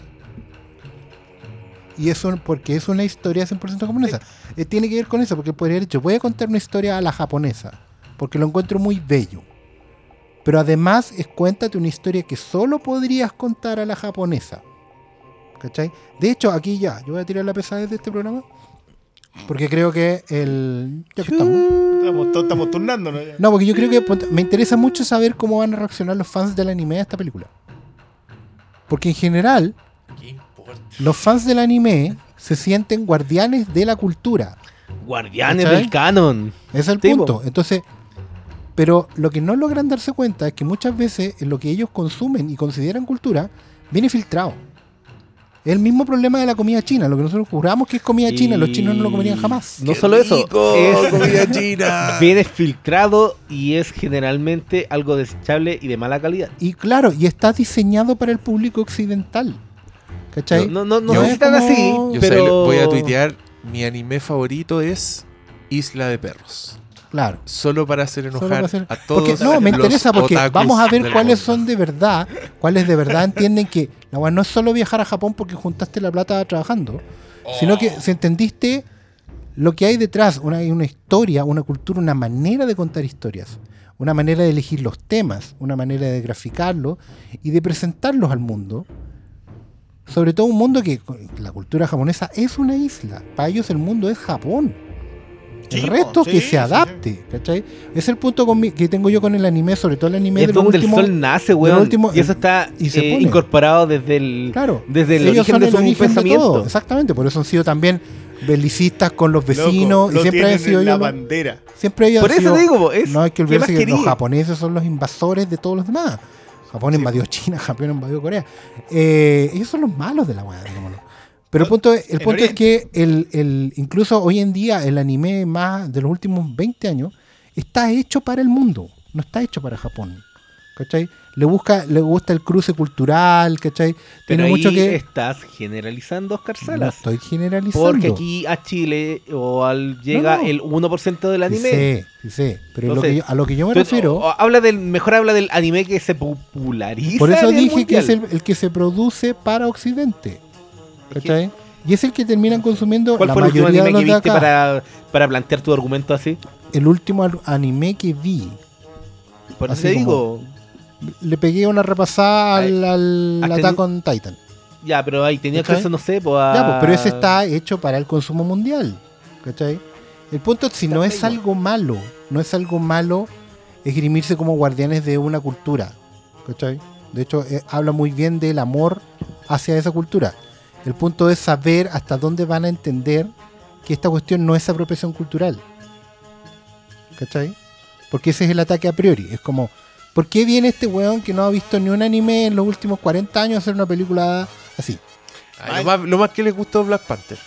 Y eso porque es una historia cien por ciento japonesa. Eh, tiene que ver con eso, porque podría haber dicho, voy a contar una historia a la japonesa, porque lo encuentro muy bello. Pero además es cuéntate una historia que solo podrías contar a la japonesa. ¿Cachai? De hecho, aquí ya, yo voy a tirar la pesadez de este programa, porque creo que el... Ya que estamos. Estamos, to- estamos turnándonos. ya. No, porque yo creo que ponte, me interesa mucho saber cómo van a reaccionar los fans del anime a esta película. Porque en general, ¿Qué importa? los fans del anime se sienten guardianes de la cultura. Guardianes ¿Cachai? del canon. Ese es el Sí, punto. po. Entonces, pero lo que no logran darse cuenta es que muchas veces en lo que ellos consumen y consideran cultura viene filtrado. Es el mismo problema de la comida china. Lo que nosotros juramos que es comida Y- china, los chinos no lo comerían jamás. No ¡Qué solo eso, rico! es comida china. viene filtrado y es generalmente algo desechable y de mala calidad. Y claro, y está diseñado para el público occidental. ¿Cachai? No, no, no Yo- sé si están como- así, Yo pero sé, voy a tuitear, mi anime favorito es Isla de Perros. Claro. Solo para hacer Solo enojar para hacer- a todos. Porque, no, me los interesa porque otakus vamos a ver del cuáles mundo. son de verdad, cuáles de verdad entienden que la weá no es solo viajar a Japón porque juntaste la plata trabajando, sino que si entendiste lo que hay detrás, una, hay una historia, una cultura, una manera de contar historias, una manera de elegir los temas, una manera de graficarlos y de presentarlos al mundo. Sobre todo un mundo que la cultura japonesa es una isla. Para ellos el mundo es Japón. El Sí, resto sí, que sí, se adapte, ¿cachai? Es el punto con mi- que tengo yo con el anime, sobre todo el anime es de los donde últimos... el sol nace, de lo weón. último- y eso está y se eh, pone. incorporado desde el, Claro, desde el ellos origen son de el su origen de pensamiento. todo, exactamente, por eso han sido también belicistas con los Loco, vecinos lo y siempre han tienen sido en la ellos los- bandera. siempre ellos Por han eso sido- digo, es- no hay que ¿qué olvidarse más que los querí? japoneses son los invasores de todos los demás. Japón invadió China, Japón invadió Corea. Eh, ellos son los malos de la weá, digámoslo. Pero el punto, el En punto es Oriente. que el, el, incluso hoy en día el anime más de los últimos veinte años está hecho para el mundo, no está hecho para Japón. ¿Cachai? Le busca, le gusta el cruce cultural, ¿cachai? Pero Tiene ahí mucho que. estás generalizando, Oscar No Salas. estoy generalizando. Porque aquí a Chile o al llega No, no. el uno por ciento del Sí anime. sé, sí sé. Pero lo Entonces, que yo- a lo que yo me Entonces, refiero. o- o habla del, mejor habla del anime que se populariza. Por eso a nivel dije que es mundial. el, el que se produce para Occidente. Es que- ¿Cachai? Y es el que terminan consumiendo ¿Cuál la fue el último mayoría de anime los que de viste acá. para, para plantear tu argumento así? El último al- anime que vi, Por eso Así te como- digo. le pegué una repasada Ay, al, al ¿has Attack teni- on Titan. Ya, pero ahí tenía ¿Cachai? acceso, no sé, pues a... Ya, pues, pero ese está hecho para el consumo mundial. ¿Cachai? El punto es si no es algo malo, no es algo malo esgrimirse como guardianes de una cultura. ¿Cachai? De hecho, eh, habla muy bien del amor hacia esa cultura. El punto es saber hasta dónde van a entender que esta cuestión no es apropiación cultural. ¿Cachai? Porque ese es el ataque a priori. Es como, ¿por qué viene este weón que no ha visto ni un anime en los últimos cuarenta años a hacer una película así? Ah, lo, más, lo más que les gustó Black Panther.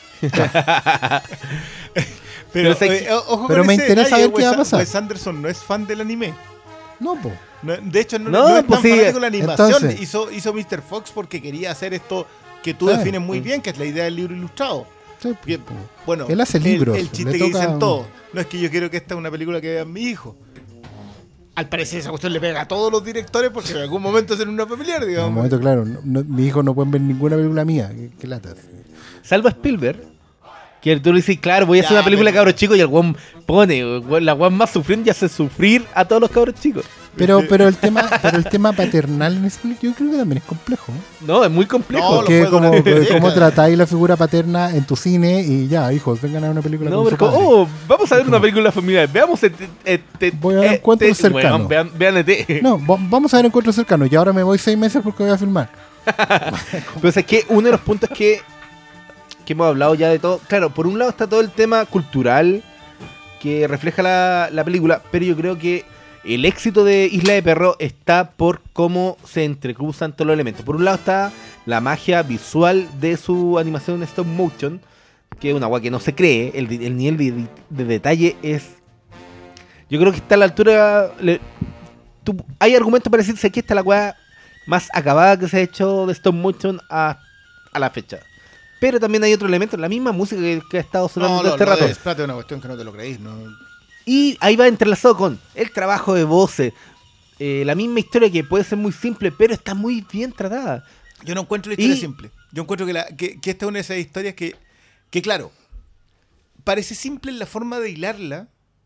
Pero, Pero, eh, ojo pero con me ese interesa detalle, ver qué va a Wes- pasar. Wes Anderson no es fan del anime. No, po. No, de hecho, no, No, no es pues tan sí. fanático de la animación. Entonces- hizo, hizo mister Fox porque quería hacer esto que tú Sí. defines muy bien, que es la idea del libro ilustrado. Sí, Porque, po. bueno, Él hace el- libros, El, chiste le que toca- dicen todos. No es que yo quiero que esta es una película que vean mi hijo. Al parecer esa cuestión le pega a todos los directores porque en algún momento hacen una familiar, En digamos. un momento, claro, no- no- mi hijo no pueden ver ninguna película mía. Qué, qué lata. Salvo Spielberg, que tú le dices, claro, voy a hacer Ya, una película de pero- cabros chicos y el weón pone, weón, la weón más sufriendo y hace sufrir a todos los cabros chicos. Pero, pero el tema, pero el tema paternal en ese yo creo que también es complejo. No, es muy complejo. No, lo Porque fue como, durante décadas. como tratáis la figura paterna en tu cine y ya, hijos, vengan a ver una película No, con pero su como, padre. oh, vamos a ver Como- una película familiar. Veamos este. este Voy a ver encuentros cercanos. Vean, vean E T. No, va- vamos a ver encuentros cercanos y ahora me voy seis meses porque voy a filmar. Pero es que uno de los puntos que, que hemos hablado ya de todo. Claro, por un lado está todo el tema cultural que refleja la, la película, pero yo creo que el éxito de Isla de Perro está por cómo se entrecruzan todos los elementos. Por un lado está la magia visual de su animación stop motion, que es una agua que no se cree. El, el nivel de, de detalle es. Yo creo que está a la altura. Le, tú- hay argumentos para decirse que esta es la weá más acabada que se ha hecho de stop motion a, a la fecha. Pero también hay otro elemento, la misma música que, que ha estado sonando No, todo no, este no, rato. espérate, una cuestión que no te lo creéis. No. Y ahí va entrelazado con el trabajo de voces. eh, la misma historia que puede ser muy simple, pero está muy bien tratada. Yo no encuentro la historia Y- simple. Yo encuentro que, la, que, que esta es una de esas historias que, que, claro, parece simple en la forma de hilarla.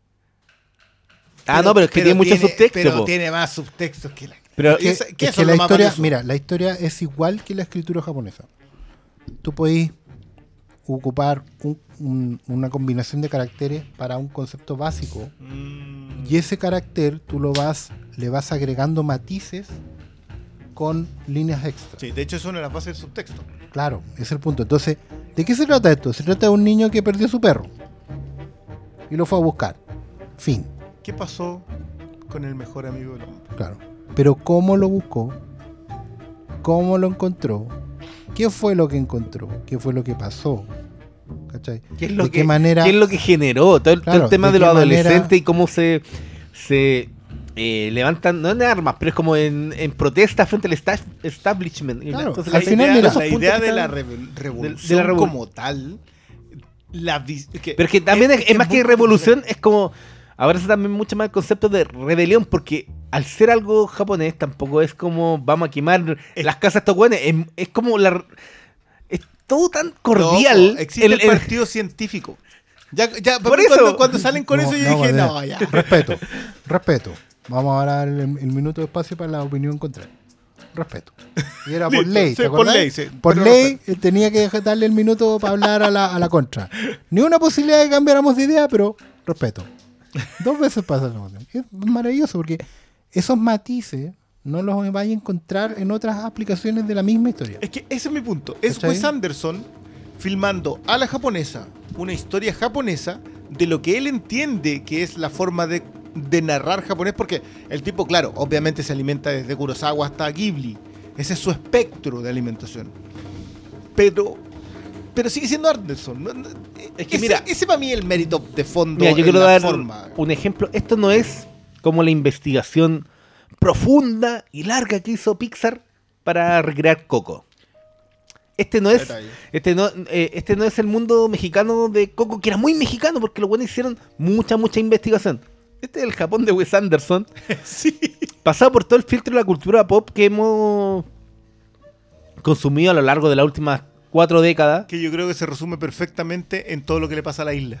Ah, no, pero es que tiene mucho subtexto. Pero po. tiene más subtextos que la. Pero que Es esa- que, que es eso que es la lo más historia, valioso. mira, la historia es igual que la escritura japonesa. Tú podés ocupar un- un- una combinación de caracteres para un concepto básico Mm, y ese carácter tú lo vas, le vas agregando matices con líneas extras. sí, de hecho, es una de las bases del subtexto. Claro, ese es el punto. Entonces, ¿de qué se trata esto? Se trata de un niño que perdió a su perro y lo fue a buscar. Fin. ¿Qué pasó con el mejor amigo del hombre? Claro. Pero ¿cómo lo buscó? ¿Cómo lo encontró? ¿Qué fue lo que encontró? ¿Qué fue lo que pasó? ¿Cachai? ¿Qué es lo ¿De que, qué manera? qué es lo que generó? Todo el, todo el Claro, tema ¿de de, los qué manera- adolescentes y cómo se, se eh, levantan, no en armas, pero es como en, en protesta frente al esta- establishment. Y Claro, entonces al la final, idea- mira, esos la puntos idea que de la están- revo- revolución de la revol- como tal. La vis- que- Pero es que también es, es más muy que revolución, es como. Abraza también mucho más el concepto de rebelión, porque al ser algo japonés, tampoco es como vamos a quemar Es- las casas estos güeyes. Es, es como la. Es todo tan No, cordial. existe el- el, el- partido científico. Ya, ya, Por para mí eso. Cuando, cuando salen con No, eso, yo no, dije, de- no, ya. Respeto, respeto. Vamos a dar el, el minuto de espacio para la opinión contraria. Respeto. Y era por Listo, ley, sí, ¿te por acordás? ley, sí, Por pero ley eh, tenía que dejar- darle el minuto para hablar a la, a la contra. Ni una posibilidad de que cambiáramos de idea, pero respeto. Dos veces pasa la emoción. Es maravilloso porque esos matices no los vais a encontrar en otras aplicaciones de la misma historia. Es que ese es mi punto. Es ¿Cachai? Wes Anderson filmando a la japonesa una historia japonesa de lo que él entiende que es la forma de, de narrar japonés, porque el tipo, claro, obviamente se alimenta desde Kurosawa hasta Ghibli. Ese es su espectro de alimentación. Pero, pero sigue siendo Anderson. ¿no? Es que ese, mira- ese para mí es el mérito de fondo. Mira, yo en quiero la dar forma. un ejemplo. Esto no es como la investigación profunda y larga que hizo Pixar para recrear Coco. Este no es, Detalle. este no, eh, este no es el mundo mexicano de Coco, que era muy mexicano porque los buenos hicieron mucha, mucha investigación. Este es el Japón de Wes Anderson, Sí. pasado por todo el filtro de la cultura pop que hemos consumido a lo largo de las últimas cuatro décadas. Que yo creo que se resume perfectamente en todo lo que le pasa a la isla.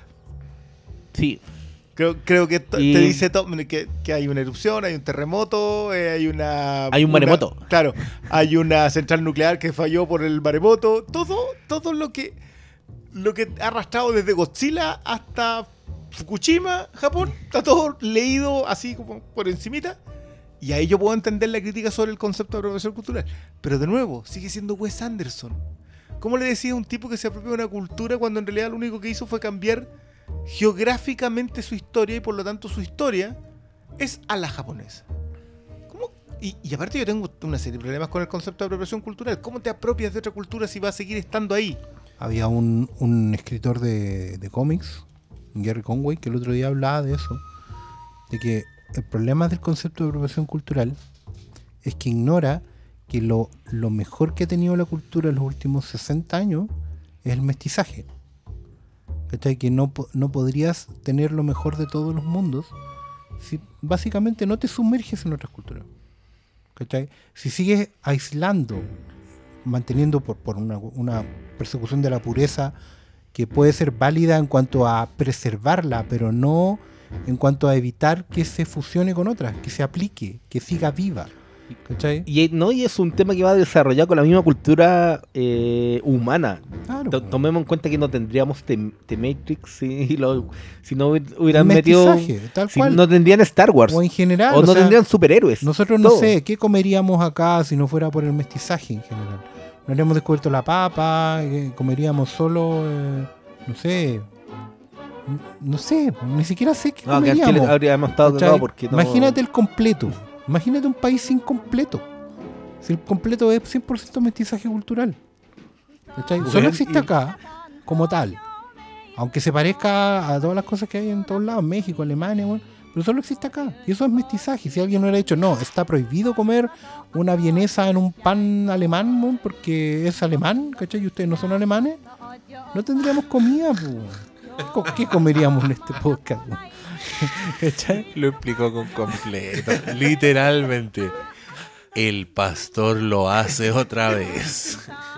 Sí, Creo, creo que to- Y- te dice to- que, que hay una erupción, hay un terremoto, eh, hay una... Hay un una- maremoto. Claro, hay una central nuclear que falló por el maremoto. Todo, todo lo que lo que ha arrastrado desde Godzilla hasta Fukushima, Japón, está todo leído así como por encimita. Y ahí yo puedo entender la crítica sobre el concepto de apropiación cultural. Pero de nuevo, sigue siendo Wes Anderson. ¿Cómo le decís a un tipo que se apropia de una cultura cuando en realidad lo único que hizo fue cambiar geográficamente su historia y por lo tanto su historia es a la japonesa? ¿Cómo? Y, y aparte yo tengo una serie de problemas con el concepto de apropiación cultural. ¿Cómo te apropias de otra cultura si va a seguir estando ahí? Había un, un escritor de, de cómics, Gary Conway, que el otro día hablaba de eso, de que el problema del concepto de apropiación cultural es que ignora que lo, lo mejor que ha tenido la cultura en los últimos sesenta años es el mestizaje. ¿Cachai? Que no, po- no podrías tener lo mejor de todos los mundos si básicamente no te sumerges en otras culturas. ¿Cachai? Si sigues aislando, manteniendo por, por una, una persecución de la pureza que puede ser válida en cuanto a preservarla, pero no en cuanto a evitar que se fusione con otras, que se aplique, que siga viva. ¿Cachai? Y, no, y es un tema que va desarrollado con la misma cultura eh, humana. Claro, To- pues. Tomemos en cuenta que no tendríamos The, The Matrix si, lo- si no hubi- hubieran El metido... mestizaje, tal si cual. no tendrían Star Wars. O en general. o no o sea, tendrían superhéroes. nosotros no todo. sé, ¿qué comeríamos acá si no fuera por el mestizaje en general? No habríamos descubierto la papa, eh, comeríamos solo, eh, no sé, n- no sé, ni siquiera sé qué No, que comeríamos. Chile habríamos estado ¿cachai? cagados porque no... Imagínate el completo, imagínate un país sin completo. Si el completo es cien por ciento mestizaje cultural. ¿Cachai? Bueno, Solo existe y- acá como tal. Aunque se parezca a todas las cosas que hay en todos lados, México, Alemania, bueno, pero solo existe acá. Y eso es mestizaje. Si alguien no hubiera dicho, no, está prohibido comer una vienesa en un pan alemán, bueno, porque es alemán, ¿cachai? Y ustedes no son alemanes, no tendríamos comida, pues. Co- ¿Qué comeríamos en este podcast? po? ¿Cachai? Lo explicó con completo. Literalmente. El pastor lo hace otra vez.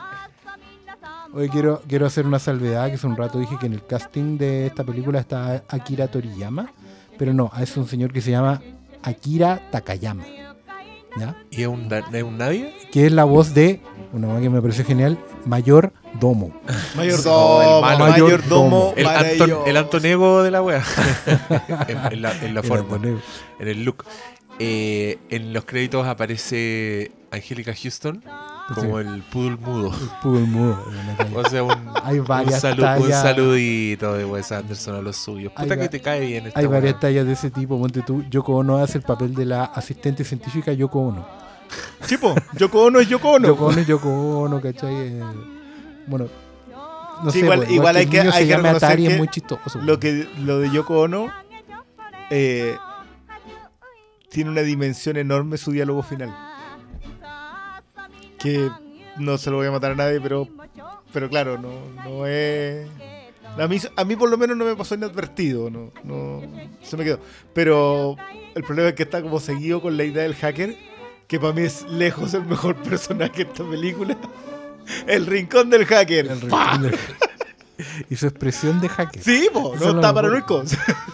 Hoy quiero, quiero hacer una salvedad, que hace un rato dije que en el casting de esta película está Akira Toriyama, pero no, es un señor que se llama Akira Takayama, ¿ya? ¿Y es un, es un nadie? Que es la voz de, una voz que me pareció genial, Mayor Domo. Mayordomo, el malo. mayordomo, El, Anton, maravilloso. el Antonego de la wea. en, en la, en la Era forma, poner- en el look. Eh, en los créditos aparece Angélica Houston como el poodle mudo. el poodle mudo, una talla. O sea, un, Hay varias un, salu- un tallas. saludito de Wes Anderson a los suyos. Hay Puta va- que te cae bien esta Hay wea. varias tallas de ese tipo, ponte tú, Yoko Ono hace el papel de la asistente científica Yoko Ono. Tipo, Yoko Ono es Yoko Ono. Yoko Ono y Yoko Ono, ¿cachai? Eh, bueno, no Sí, sé, igual- pues, igual que hay el que- niño hay se que llame reconocer Atari que es muy chistoso. Lo que lo de Yoko Ono eh, tiene una dimensión enorme su diálogo final. Que no se lo voy a matar a nadie, pero pero claro, no, no es... A mí, a mí por lo menos no me pasó inadvertido, no, no se me quedó. Pero el problema es que está como seguido con la idea del hacker, que para mí es lejos el mejor personaje de esta película. El rincón del hacker. El ¡Pah! rincón del- y su expresión de hacker. Sí, po, Eso no es lo está mejor. paranoico.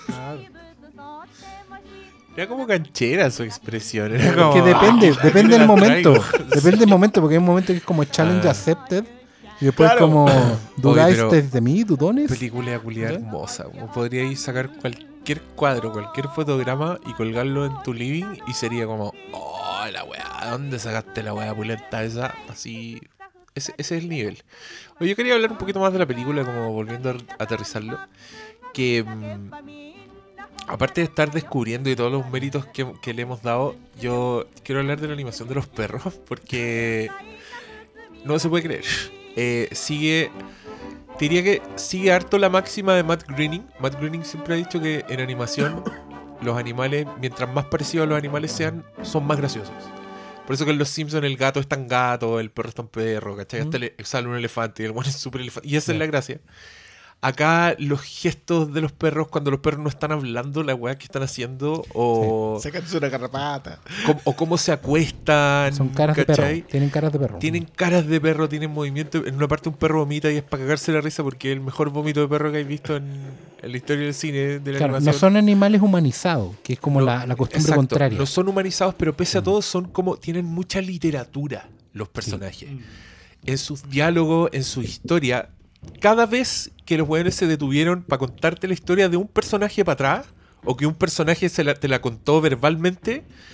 Era como canchera su expresión. Era Es como, que depende, "Ah, depende la del momento. traigo". Depende del momento, porque hay un momento que es como challenge Ah. accepted. Y después Claro. como, ¿dudáis pero- de mí, dudones? Película culiar ¿Ya? hermosa. Como podríais sacar cualquier cuadro, cualquier fotograma y colgarlo en tu living y sería como, oh, la weá, ¿dónde sacaste la weá pulenta esa? Así, ese, ese es el nivel. Oye, yo quería hablar un poquito más de la película, como volviendo a aterrizarlo. Que mm, aparte de estar descubriendo y todos los méritos que, que le hemos dado, yo quiero hablar de la animación de los perros porque no se puede creer. Eh, sigue, te diría que sigue harto la máxima de Matt Groening. Matt Groening siempre ha dicho que en animación los animales, mientras más parecidos a los animales sean, son más graciosos. Por eso que en Los Simpsons el gato es tan gato, el perro es tan perro, ¿cachai? Hasta le- sale un elefante y el bueno es súper elefante. Y esa es la gracia. Acá los gestos de los perros, cuando los perros no están hablando, la weá que están haciendo, o, Sacándose una garrapata. com- o cómo se acuestan. Son caras de ¿cachai? perro. Tienen caras de perro. Tienen caras de perro, tienen movimiento. En una parte un perro vomita y es para cagarse la risa porque es el mejor vómito de perro que habéis visto en, en la historia del cine, de la Claro, no animación. son animales humanizados, que es como No, la, la costumbre exacto, contraria. No son humanizados, pero pese a todo son como... Tienen mucha literatura los personajes. En sus diálogos, en su historia. Cada vez que los weones se detuvieron para contarte la historia de un personaje para atrás, o que un personaje se la- te la contó verbalmente,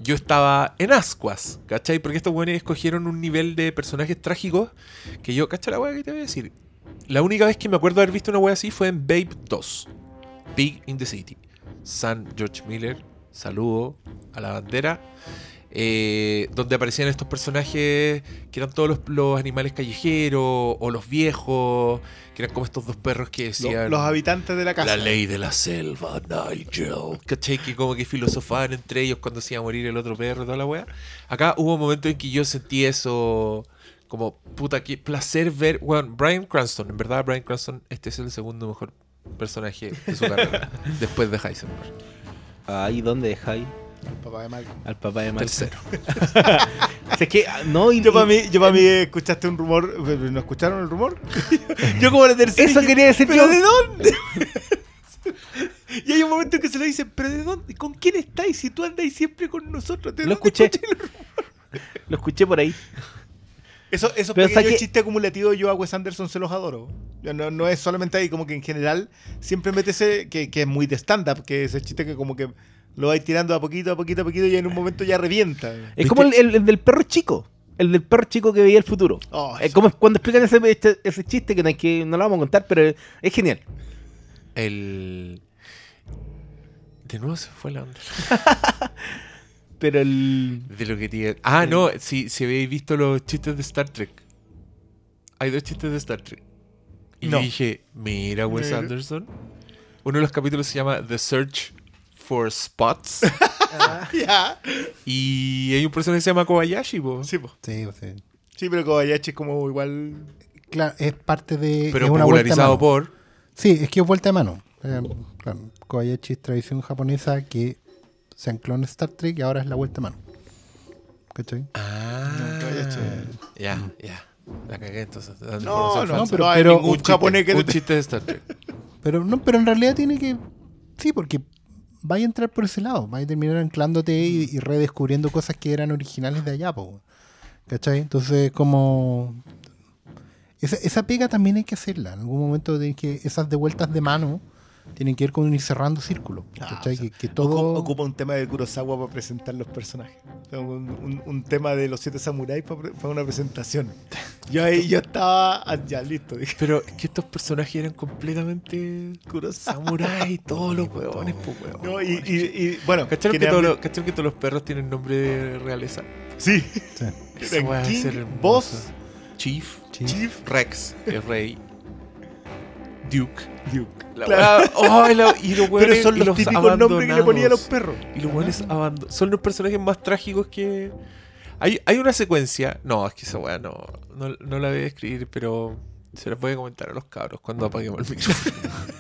yo estaba en ascuas, ¿cachai? Porque estos buenos escogieron un nivel de personajes trágicos que yo, ¿cachai la wea que te voy a decir? La única vez que me acuerdo de haber visto una wea así fue en Babe dos, Big in the City. San George Miller, saludo a la bandera. Eh, donde aparecían estos personajes que eran todos los, los animales callejeros o los viejos, que eran como estos dos perros que decían Los, los habitantes de la casa. la ley de la selva, Nigel, ¿cachai? Que como que filosofaban entre ellos cuando se iba a morir el otro perro y toda la wea. Acá hubo un momento en que yo sentí eso como, puta, qué placer ver, bueno, Bryan Cranston, en verdad Bryan Cranston, este es el segundo mejor personaje de su carrera después de Heisenberg. Ahí, ¿dónde dejáis? El papá de Malcolm. Al papá de Malcolm. Tercero. O sea, es que, no, y, Yo para y- mí, yo para mí escuchaste un rumor. ¿No escucharon el rumor? Yo como la tercera. Eso dije, quería decir ¿pero yo. de dónde? Y hay un momento en que se lo dicen, ¿pero de dónde? ¿Con quién estáis? Si tú andáis siempre con nosotros. ¿De Lo dónde escuché. escuché el rumor? Lo escuché por ahí. Eso, esos Pero, pequeños ¿sabes qué? chistes acumulativos, yo a Wes Anderson se los adoro. Ya No, no es solamente ahí, como que en general siempre mete ese, que, que es muy de stand-up, que ese chiste que como que lo vais tirando a poquito, a poquito, a poquito y en un momento ya revienta. Es como el, el- el del perro chico. El del perro chico que veía el futuro. Oh, Es como cuando explican ese, este- ese chiste que no, hay que no lo vamos a contar, pero es genial. El... De nuevo se fue la onda. Pero el. De lo que tiene... Ah, no, si, si habéis visto los chistes de Star Trek. Hay dos chistes de Star Trek. Y No. yo dije, mira Wes Mira. Anderson. Uno de los capítulos se llama The Search for Spots. ya. Y hay un personaje que se llama Kobayashi, po. Sí, po. Sí, o sea, Sí, pero Kobayashi es como igual. claro, es parte de. Pero es una vuelta de popularizado mano. por... Sí, es que es vuelta de mano. Eh, claro, Kobayashi es tradición japonesa que se ancló en Star Trek y ahora es la vuelta de mano. ¿Cachai? Ah, No, Kobayashi. ya, ya. La cagué entonces. dando No, información no, falsa. pero, pero- hay pero ningún un chiste, japonés que un te- chiste de Star Trek. Pero no, pero en realidad tiene que. Sí, porque va a entrar por ese lado. Va a terminar anclándote y, y redescubriendo cosas que eran originales de allá, po. ¿Cachai? Entonces, como. Esa, esa pega también hay que hacerla. En algún momento tienes que. Esas de vueltas de mano tienen que ir con ir cerrando círculos. Ah, ¿Cachai? o sea, que, que todo. Ocu- Ocupa un tema de Kurosawa para presentar los personajes. O sea, un, un- un tema de los siete samuráis para, pre- para una presentación. Yo ahí yo estaba. ah, ya, listo. Dije, Pero es que estos personajes eran completamente Kurosawa. samuráis, todos los huevones, pues huevón. No, y, y, y, bueno, ¿Cacharon que, quienes todos han- los, ¿cacharon que todos los perros tienen nombre de realeza? Sí. Sí. Esa Eran weá debe King, ser hermosa. Boss, Chief, Chief, Rex, el rey, Duke. Duke. La Claro. weá- oh, y, lo- y los Pero hueones- son y los típicos nombres que le ponía a los abandonados. perros. Y los buenos abando- son los personajes más trágicos que... Hay, hay una secuencia... No, es que esa weá no, no, no la voy a escribir, pero se las voy a comentar a los cabros cuando apaguemos el micrófono.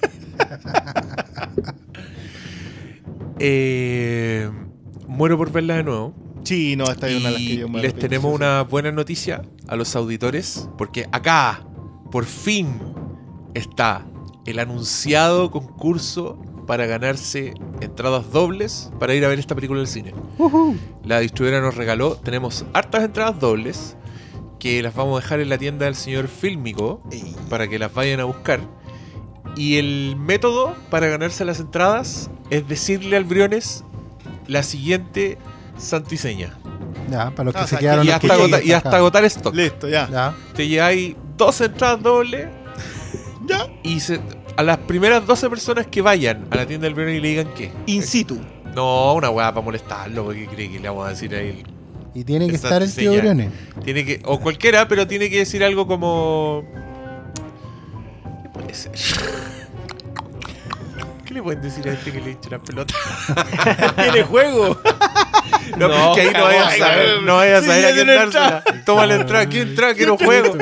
Eh, muero por verla de nuevo. Sí, no, esta es una de las que Y yo más les repito, tenemos sí, una buena noticia a los auditores, porque acá, por fin, está el anunciado concurso para ganarse entradas dobles para ir a ver esta película al cine. La distribuidora nos regaló, tenemos hartas entradas dobles que las vamos a dejar en la tienda del señor Fílmico para que las vayan a buscar. Y el método para ganarse las entradas es decirle al Briones la siguiente santo y seña. Ya, para los que Ah, o se sea, quedaron Y los hasta, que agota- lleguen y hasta acá. agotar stock. Listo, ya. Ya. Te lleváis dos entradas dobles Ya. y se- a las primeras doce personas que vayan a la tienda del Briones y le digan qué. In situ. No, una weá para molestarlo, porque cree que le vamos a decir a él. Y tiene que Esa estar el tío señal. Briones. Tiene que, o cualquiera, pero tiene que decir algo como. ¿Qué puede ser? ¿Qué le pueden decir a este que le hincha la pelota? Tiene juego. No, No, porque ahí no vaya a cagó, saber, cagó. no vaya a Sí, saber ya a quién tiene dársela. Toma la entrada, ¿quién entra? Quiero juego.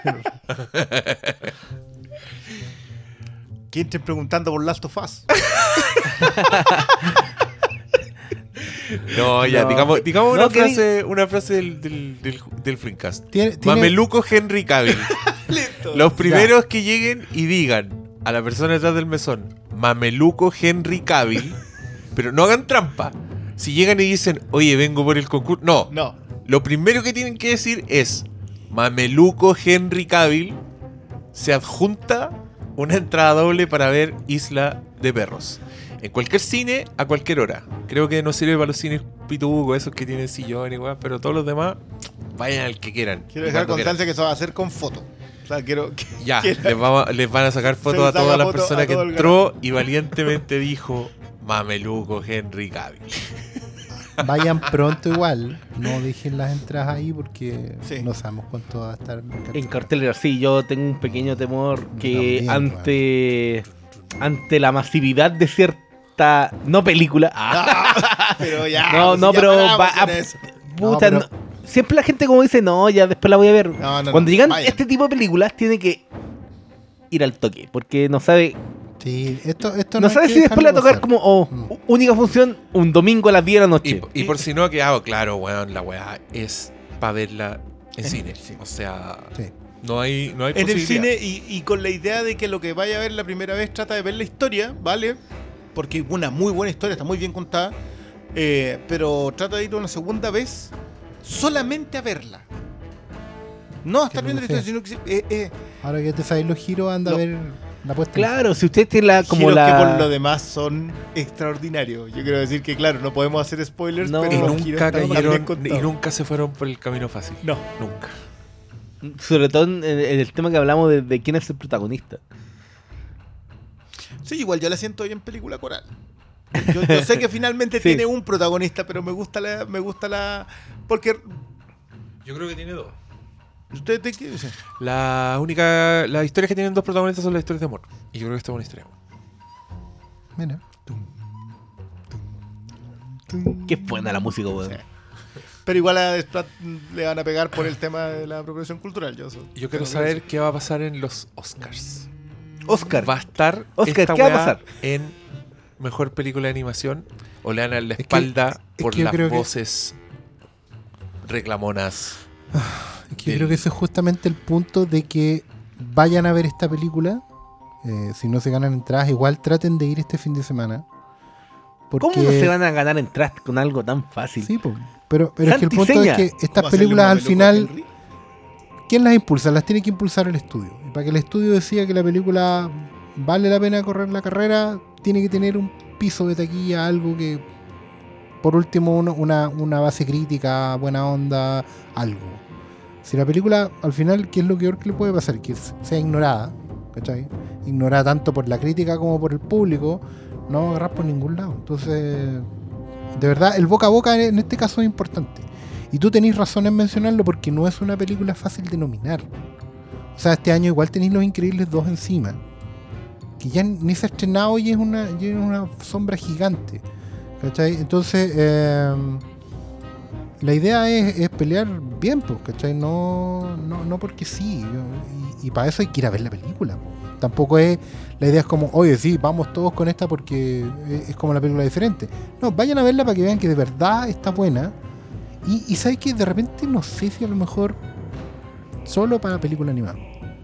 Que entren preguntando por Last of Us. No, ya, No. digamos, digamos No, una, que frase, una frase del, del, del, del Freecast. Tiene- tiene- Mameluco Henry Cavill. Listo. Los primeros que lleguen y digan a la persona detrás del mesón, Mameluco Henry Cavill, pero no hagan trampa. Si llegan y dicen, oye, vengo por el concurso. No, No. lo primero que tienen que decir es, Mameluco Henry Cavill se adjunta una entrada doble para ver Isla de Perros. En cualquier cine, a cualquier hora. Creo que no sirve para los cines pitucos, esos que tienen sillón y weá, pero todos los demás, vayan al que quieran. Quiero y dejar cuando constancia que eso va a hacer con foto. O sea, quiero que, quieran. Ya, que la- les, vamos, a- les van a sacar fotos a saca todas las foto personas a que todo el entró y valientemente dijo, mameluco Henry Cavill. Vayan pronto igual. No dejen las entradas ahí porque Sí. no sabemos cuánto va a estar. En cartelera, sí, yo tengo un pequeño temor que También, ante ante la masividad de cierta no película, ah, Ah, pero ya. no, pues, no, ya pero paramos va con a- eso. puta, pero- no- siempre la gente como dice, no, ya después la voy a ver. No, no, Cuando no, llegan vayan. este tipo de películas tiene que ir al toque, porque no sabe, Sí, esto, esto no hay sabe que si después le va a dejarlo tocar como oh, Mm. única función un domingo a las diez de la noche. Y, y por si no, que hago, claro, weón, la weá es para verla en En cine. el cine. O sea, pasar. Sí. no hay, no hay En el posibilidad. cine y, y con la idea de que lo que vaya a ver la primera vez trata de ver la historia, ¿vale? Porque es una muy buena historia, está muy bien contada. eh, pero trata de ir una segunda vez solamente a verla. No a estar Que viendo la no historia, sé. sino que... eh, eh, Ahora que te sabes los giros, anda No. a ver la puesta. en Claro, si usted tiene la como giros la que por lo demás son extraordinarios. Yo quiero decir que, claro, no podemos hacer spoilers, No. pero Y los nunca giros están bien cayeron, y contados. nunca se fueron por el camino fácil. No. Nunca. sobre todo en, en el tema que hablamos de, de quién es el protagonista. Sí, igual yo la siento bien película coral. Yo, yo sé que finalmente Sí. tiene un protagonista, pero me gusta la... Me gusta la porque... Yo creo que tiene dos. ¿Usted te qué dice? La única, las historias que tienen dos protagonistas son las historias de amor. Y yo creo que esta es una historia de amor. Mira. Qué buena la música, weón. Sí. Pero igual a Desplat le van a pegar por el tema de la apropiación cultural. Yo, so- Y yo quiero tengo saber que qué va a pasar en los Oscars. Oscar. ¿Va a estar Oscar, esta ¿qué va a weá pasar? en mejor película de animación? ¿O le dan a la Es que- espalda es por que yo las creo que- voces reclamonas? Es que yo del- creo que ese es justamente el punto de que vayan a ver esta película. eh, si no se ganan entradas, igual traten de ir este fin de semana. Porque, ¿Cómo no se van a ganar entradas con algo tan fácil? Sí, po. pero, pero es que el Santi punto Seña. es que ¿Cómo estas hacerle un películas al mameluco a final, Henry? ¿quién las impulsa? Las tiene que impulsar el estudio. Y para que el estudio decida que la película vale la pena correr la carrera, tiene que tener un piso de taquilla, algo que, por último, uno- una, una base crítica, buena onda, algo. Si la película, al final, ¿qué es lo peor que le puede pasar? Que sea ignorada, ¿cachai? Ignorada tanto por la crítica como por el público, no va a agarrar por ningún lado. Entonces, de verdad, el boca a boca en este caso es importante. Y tú tenés razón en mencionarlo porque no es una película fácil de nominar. O sea, este año igual tenéis Los Increíbles dos encima. Que ya ni se ha estrenado y es una, y es una sombra gigante. ¿Cachai? Entonces, eh, la idea es, es pelear bien, pues, ¿cachai? No, no, no porque sí. Yo- y, y para eso hay que ir a ver la película. Po. Tampoco es, la idea es como, oye, sí, vamos todos con esta porque es, es como la película diferente. No, vayan a verla para que vean que de verdad está buena. Y, y sabes que de repente no sé si a lo mejor solo para película animada.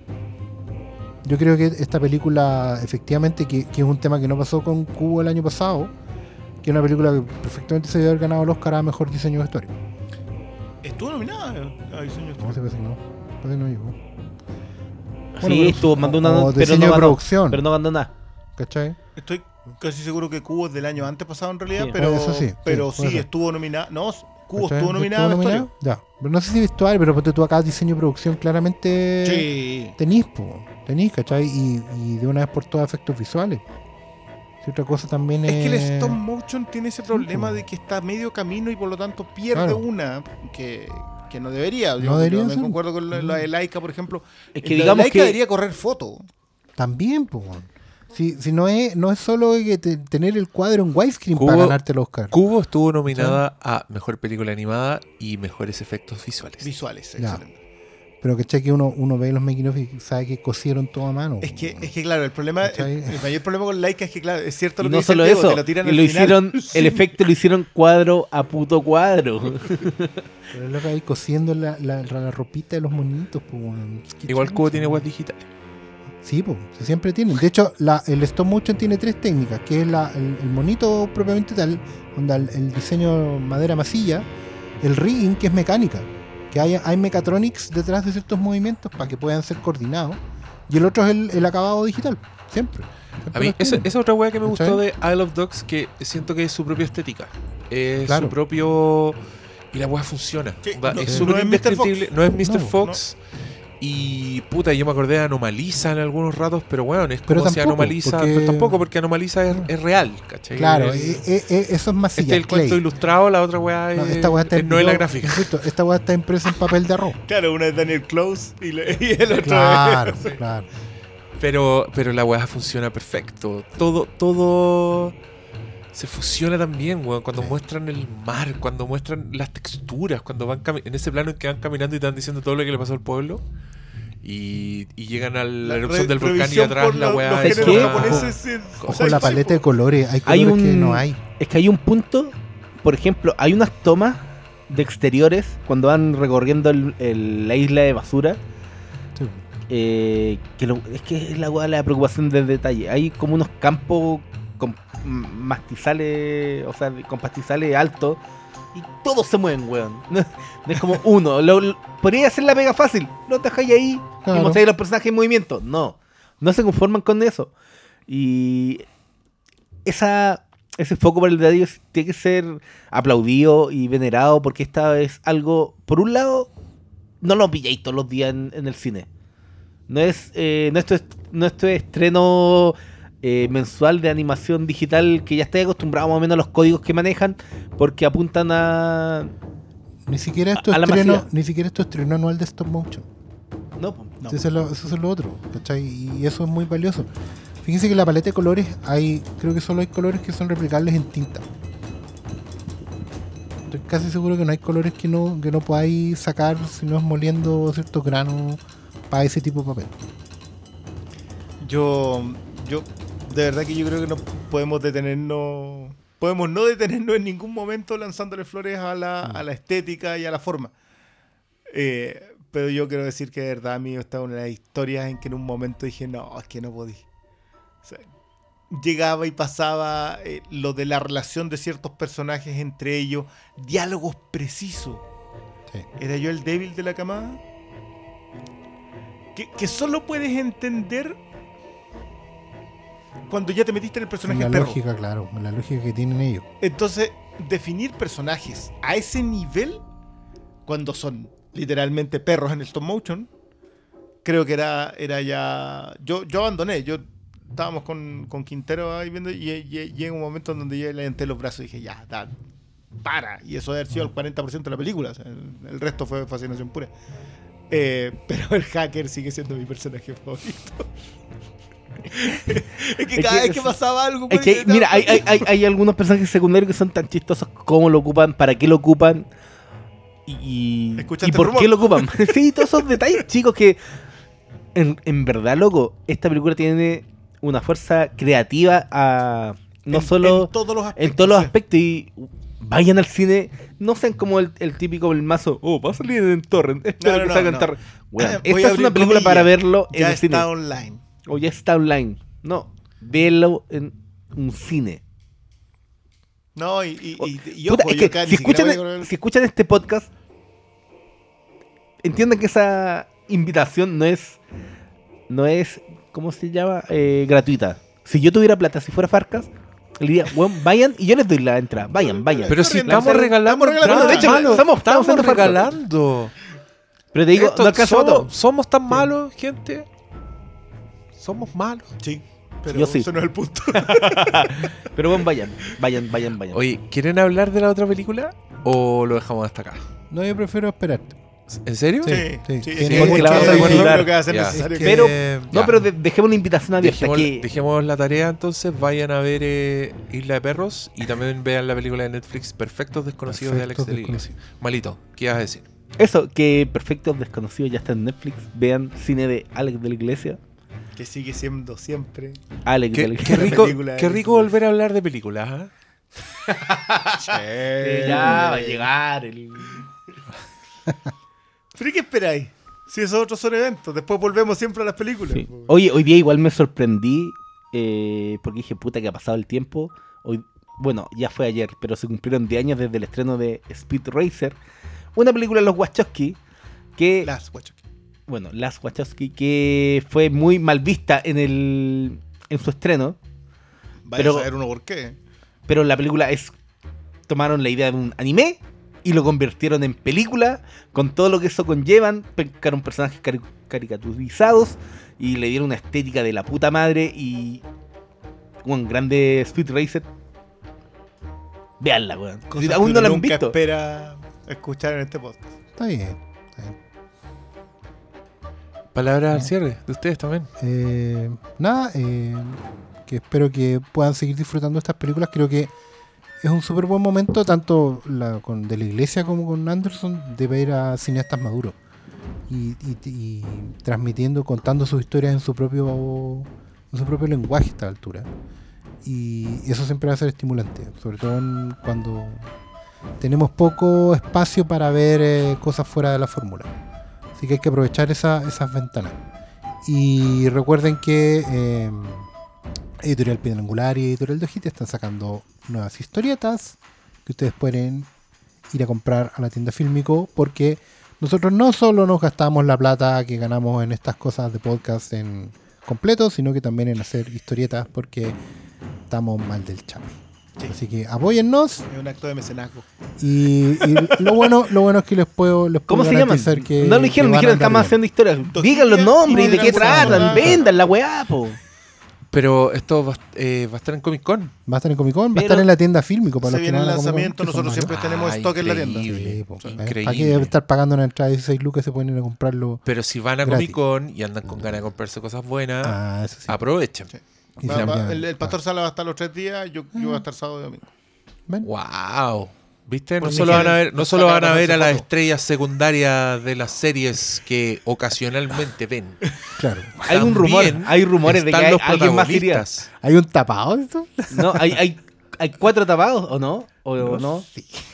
Yo creo que esta película, efectivamente, que, que es un tema que no pasó con Cubo el año pasado, que es una película que perfectamente se debe haber ganado el Oscar a mejor diseño de vestuario. Estuvo nominada a diseño No, se parece que no. Parece que no llegó. Sí, Bueno, pero- estuvo, mandó una o nota, pero diseño no de ganó, producción. pero no ganó nada. ¿Cachai? Estoy casi seguro que Cubo es del año antes pasado en realidad, Sí. pero, Eso sí, sí, pero puede sí, ser. estuvo nominada. No, Cubo ¿Cachai? estuvo nominada a ¿Estuvo vestuario. nominada? Ya. Pero no sé si vestuario, pero ponte tú acá diseño y producción claramente Sí. tenís, po. Tenís, ¿cachai? Y, y de una vez por todas efectos visuales. Si otra cosa también es... Es que el stop motion tiene ese problema po. de que está a medio camino y por lo tanto pierde Claro. una que, que no debería. Yo, No debería yo me ser. concuerdo con la, la de Laika, por ejemplo. Es que La de digamos Laika que debería correr foto. También, po. Si, si no es no es solo que te- tener el cuadro en widescreen Cubo- para ganarte el Oscar. Cubo estuvo nominada a Mejor Película Animada y Mejores Efectos Visuales. Visuales, Ya. excelente. Pero que que uno, uno ve los making of y sabe que cosieron todo a mano. Es po, que, weón. es que claro, el problema, el, ¿Cachai? el mayor problema con Laika es que, claro, es cierto y lo que no dice el solo Diego, eso, te lo tiran y al lo final. hicieron, Sí. el efecto lo hicieron cuadro a puto cuadro. Pero es lo que hay cosiendo la, la, la ropita de los monitos. Po, weón. Qué Igual chucha, Cubo tiene weón. web digital. Sí, pues, siempre tienen. De hecho, la, el stop motion tiene tres técnicas, que es la, el, el monito propiamente tal, onda el, el diseño madera masilla, el rigging, que es mecánica, que hay, hay mechatronics detrás de ciertos movimientos para que puedan ser coordinados, y el otro es el, el acabado digital, siempre. A mí, esa, esa es otra weá que me ¿Cachai? gustó de Isle of Dogs, que siento que es su propia estética. Es Claro. su propio... Y la weá funciona. Sí, Va- no- es no súper es míster indescriptible. Fox. No es míster No, Fox. Y puta, yo me acordé de Anomaliza en algunos ratos, pero bueno, es Pero como si tampoco, Anomaliza... porque- Pero tampoco, porque Anomaliza es, es real, ¿cachai? Claro, Es- eh, eh, eh, eso es más este es silla, el cuento Clay. ilustrado, la otra weá No, es, esta weá está es novela no, gráfica. insisto, esta weá está impresa en papel de arroz. Claro, una es Daniel Close y, le- y el otro Claro, es... claro. Pero, pero la weá funciona perfecto. Todo, todo se fusiona también, weón. Cuando Sí. muestran el mar, cuando muestran las texturas, cuando van cami- en ese plano en que van caminando y te van diciendo todo lo que le pasó al pueblo. Y, y llegan a la, La erupción re- del volcán y revisión atrás por la los- weá los es géneros una- japoneses, sí, Ojo o sea, Con la sí, paleta de po. colores, hay Hay colores un, que no hay. Es que hay un punto, por ejemplo, hay unas tomas de exteriores cuando van recorriendo el- el- la isla de basura. Sí. eh, que lo- es que es la, weá, la preocupación del detalle. Hay como unos campos con m- mastizales, o sea, con pastizales altos. Y todos se mueven, weón. No, no es como uno. Lo, lo- podría hacer la pega fácil. Lo dejáis ahí Claro. y mostráis los personajes en movimiento. No. No se conforman con eso. Y esa, ese foco para el detalle tiene que ser aplaudido y venerado porque esta es algo, por un lado, no lo pilláis todos los días en, en el cine. No es eh, nuestro, est- nuestro estreno eh, mensual de animación digital que ya estáis acostumbrado más o menos a los códigos que manejan porque apuntan a... Ni siquiera esto a la estreno, masiva. ni siquiera esto estreno anual de stop motion. No, po, no. Eso, es lo, eso es lo otro, ¿cachai? Y eso es muy valioso. Fíjense que en la paleta de colores hay, creo que solo hay colores que son replicables en tinta. Estoy casi seguro que no hay colores que no, que no podáis sacar si no es moliendo ciertos granos para ese tipo de papel. Yo, yo, de verdad que yo creo que no podemos detenernos, podemos no detenernos en ningún momento lanzándole flores a la, a la estética y a la forma. Eh, pero yo quiero decir que de verdad a mí esta es una de las historias en que en un momento dije, no, es que no podí. O sea, llegaba y pasaba eh, lo de la relación de ciertos personajes entre ellos, diálogos precisos. Sí. ¿Era yo el débil de la camada? Que, que solo puedes entender cuando ya te metiste en el personaje La perro. lógica, claro, la lógica que tienen ellos. Entonces, definir personajes a ese nivel, cuando son literalmente perros en el stop motion, creo que era, era ya... Yo, yo abandoné, yo estábamos con, con Quintero ahí viendo y, y, y llega un momento en donde yo le levanté los brazos y dije, ya, da, para. Y eso debe haber sido el cuarenta por ciento de la película, o sea, el, el resto fue fascinación pura. Eh, pero el hacker sigue siendo mi personaje favorito. Es que Es cada que vez que es- pasaba algo... Es que, mira, hay, hay, hay, hay algunos personajes secundarios que son tan chistosos cómo lo ocupan, para qué lo ocupan y, y ¿Escuchaste por el rumor? qué lo ocupan. Sí, todos esos detalles, chicos, que en, en verdad, loco, esta película tiene una fuerza creativa a no en, solo en todos los aspectos. en todos los sí. aspectos y vayan al cine, no sean como el, el típico el mazo, oh, va a salir en torrent, espero No, no, que no, salga no. en torrent. Weón, Voy a esta es abrir una película comillas. para verlo en Ya el cine está online. o ya está online. No, véelo en un cine. No, y, y, y, y Puta, ojo, es yo que acá si ni siquiera escuchan, voy a correr el- si escuchan este podcast, entiendan que esa invitación no es, no es, ¿cómo se llama? Eh, gratuita. Si yo tuviera plata, si fuera Farcas, le diría, bueno, vayan y yo les doy la entrada. Vayan, vayan. Pero si Corriendo, estamos estamos regalando, regalando, entradas, de hecho, mano, estamos- estamos estamos haciendo regalando. Pero te digo, Esto- no alcanza somos, todo. somos tan malos, gente. Somos malos. Sí, pero Yo sí. eso no es el punto. Pero bueno, vayan, vayan, vayan, vayan. Oye, ¿quieren hablar de la otra película o lo dejamos hasta acá? No, yo prefiero esperarte. ¿En serio? Sí, sí, sí, sí, sí, porque la vamos a yo disfrutar. creo que va a ser Ya. necesario. Es que- Pero- no, ya. pero de- dejemos una invitación abierta. Dejemos, que dejemos la tarea entonces, vayan a ver eh, Isla de Perros y también vean la película de Netflix Perfectos Desconocidos Perfectos de Alex de la Iglesia. Desconocidos. Malito, ¿qué ibas a decir? Eso, que Perfectos Desconocidos ya está en Netflix. Vean cine de Alex de la Iglesia. Que sigue siendo siempre. Alex de Qué, la qué Iglesia. rico, película qué de- rico volver a hablar de películas. ¿ah? Eh, ya va a llegar el... ¿Pero qué esperáis? Si esos otros son eventos, después volvemos siempre a las películas. Sí. Oye, hoy día igual me sorprendí eh, porque dije, puta, que ha pasado el tiempo. Hoy, bueno, ya fue ayer, pero se cumplieron diez años desde el estreno de Speed Racer, una película de los Wachowski que, Las Wachowski. bueno, las Wachowski que fue muy mal vista en el en su estreno, Vaya Pero- a saber uno por qué. pero la película es... Tomaron la idea de un anime y lo convirtieron en película, con todo lo que eso conllevan, pescaron personajes cari- caricaturizados y le dieron una estética de la puta madre y... Un grande Speed Racer. Veanla, weón. Cosas Si aún que no uno la han nunca visto. espera escuchar en este podcast. Está bien. Está bien. Palabras al cierre de ustedes también. Eh, nada, eh, que espero que puedan seguir disfrutando estas películas. Creo que es un súper buen momento, tanto la, con, de la iglesia como con Anderson, de ver a cineastas maduros y, y- y transmitiendo, contando sus historias en su propio en su propio lenguaje a esta altura. Y eso siempre va a ser estimulante, sobre todo en- cuando tenemos poco espacio para ver eh, cosas fuera de la fórmula. Así que hay que aprovechar esa- esas ventanas. Y recuerden que eh, Editorial Piedra Angular y Editorial de Ojite están sacando nuevas historietas que ustedes pueden ir a comprar a la tienda Fílmico, porque nosotros no solo nos gastamos la plata que ganamos en estas cosas de podcast en completo, sino que también en hacer historietas, porque estamos mal del chape. Sí. Así que apóyennos. Es un acto de mecenazgo. Y, y lo bueno lo bueno es que les puedo les puedo ¿Cómo se llaman? garantizar que no lo dijeron, que van dijeron a que estamos andar haciendo historias. Tojilla Digan los nombres, y de qué Piedra tratan, Angular. vendan la weá, po. Pero esto va, eh, va a estar en Comic Con. bien. Va a estar en Comic Con, va a Pero- estar en la tienda Fílmico para Se los que viene no el van a Comic Con, lanzamiento, que son nosotros mayores. siempre tenemos Ah, stock en la tienda. increíble. Sí, po. Sí, ¿Eh? increíble. ¿Para qué estar pagando una entrada de dieciséis lucas? Se pueden ir a comprarlo. Pero si van a Gratis. Comic Con y andan con ganas de comprarse cosas buenas, Ah, eso sí. aprovechen. Sí. Y Va- se va- llaman- el, el Pastor ah, Sala va a estar los tres días, yo, yo voy a estar sábado y domingo. ¿ven? ¡Wow! ¿Viste? No Por solo mi van a ver, gente, no solo sacaron van a ver esa a las foto. estrellas secundarias de las series que ocasionalmente ven. Claro. Hay un rumor, También hay rumores de que están hay, los alguien más iría. protagonistas. ¿Hay un tapado de esto? No, hay, hay, hay cuatro tapados, ¿o no? ¿O o no?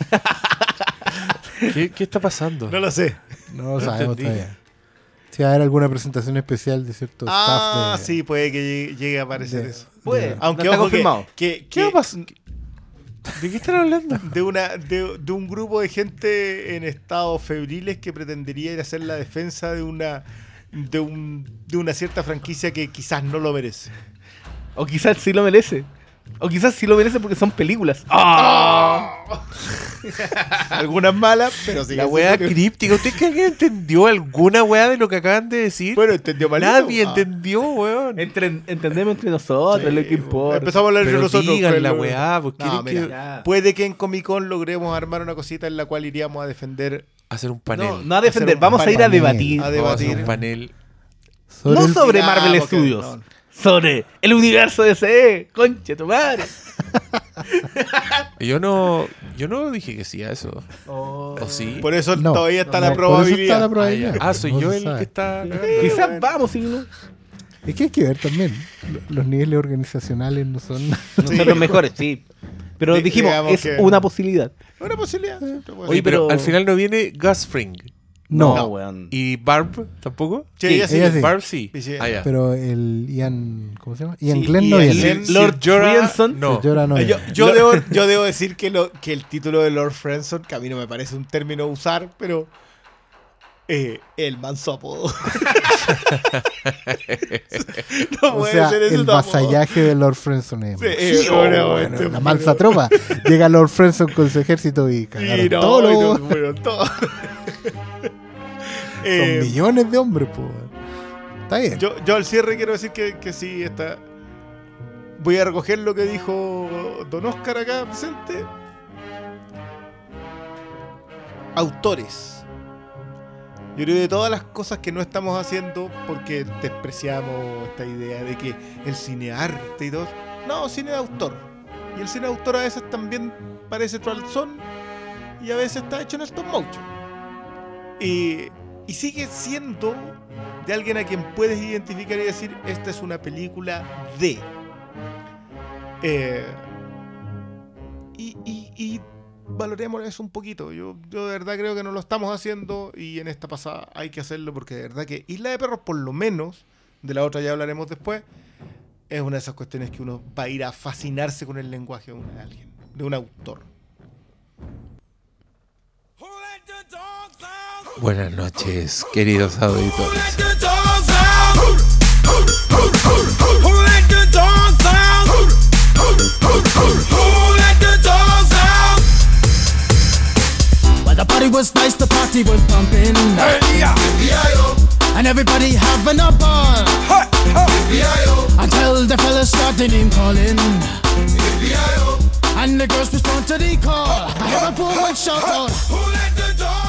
¿Qué, qué está pasando? No lo sé. No lo No sabemos entendí. todavía. Si va a haber alguna presentación especial de cierto Ah, staff de... sí, puede que llegue, llegue a aparecer de- eso. Puede. de- Aunque no está ojo que, confirmado. que, ¿Qué va a que pasar? ¿De qué están hablando? de, una, de, de un grupo de gente en estados febriles que pretendería ir a hacer la defensa de una de, un, de una cierta franquicia que quizás no lo merece. O quizás sí lo merece. O quizás sí lo merece porque son películas. ¡Ah! Algunas malas, pero sí. La weá críptica. ¿Usted cree que entendió alguna weá de lo que acaban de decir? Bueno, entendió mal. Nadie entendió, weón. Entre- entendemos entre nosotros lo que importa. Empezamos a hablar entre Pero nosotros. digan pues, la lo- weá, porque No, quieren mira, que Ya. puede que en Comic Con logremos armar una cosita en la cual iríamos a defender. hacer un panel. No, no a defender, Hacer un vamos a ir a panel. debatir. A Vamos a hacer debatir. un panel. sobre No el- sobre Ah, Marvel porque- Studios, no. sobre el universo de D C. Conche tu madre. Yo no, yo no dije que sí a eso. Oh. ¿O sí? Por eso No. todavía está No, la por eso está probabilidad. la probabilidad. Ah, soy No yo se el sabe. que está cagando. Quizás vamos, si no. Es que hay que ver también. Lo- Los niveles organizacionales no son... No son los mejores, sí. Pero Di- dijimos, digamos es que- una posibilidad. Una posibilidad. sí, te puedo Oye, decir. pero, pero- al final no viene Gus Fring. No, weón. ¿Y Barb tampoco? Sí, sí, ella sí. ella sí. Barb sí. Sí, sí. Ah, ya. pero el Ian... ¿Cómo se llama? Ian Sí, Glenn no Ian viene. Glenn. Lord Sir Jorah, Friendson. no. Sir Jorah no Eh, yo, viene. yo debo, yo debo decir que, lo, que el título de Lord Friendson, que a mí no me parece un término a usar, pero eh, el manso apodo. no O puede sea, ser ese el tu apodo. vasallaje de Lord Friendson es... Sí, Sí, eh, oh, bueno, bueno, este- la mansa tropa. Llega Lord Friendson con su ejército y cagaron Y no, todos y los- no fueron todos. Son Eh, millones de hombres, po. Está bien. yo, yo al cierre quiero decir que, que sí, está. Voy a recoger lo que dijo Don Oscar acá presente. Autores. Yo creo que de todas las cosas que no estamos haciendo porque despreciamos esta idea de que el cine arte y todo. No, cine de autor. Y el cine de autor a veces también parece trollzón y a veces está hecho en stop motion. Y, y sigue siendo de alguien a quien puedes identificar y decir, esta es una película de... Eh, y, y, y valoremos eso un poquito. Yo, yo de verdad creo que no lo estamos haciendo y en esta pasada hay que hacerlo porque de verdad que Isla de Perros, por lo menos, de la otra ya hablaremos después, es una de esas cuestiones que uno va a ir a fascinarse con el lenguaje de, un- de alguien, de un autor. Buenas noches, queridos auditores. Who let the dogs out? Who let the dogs having a ball. Until the fellas start the name calling. And the girls respond to the call. I have a poor one shout out. Who let the dog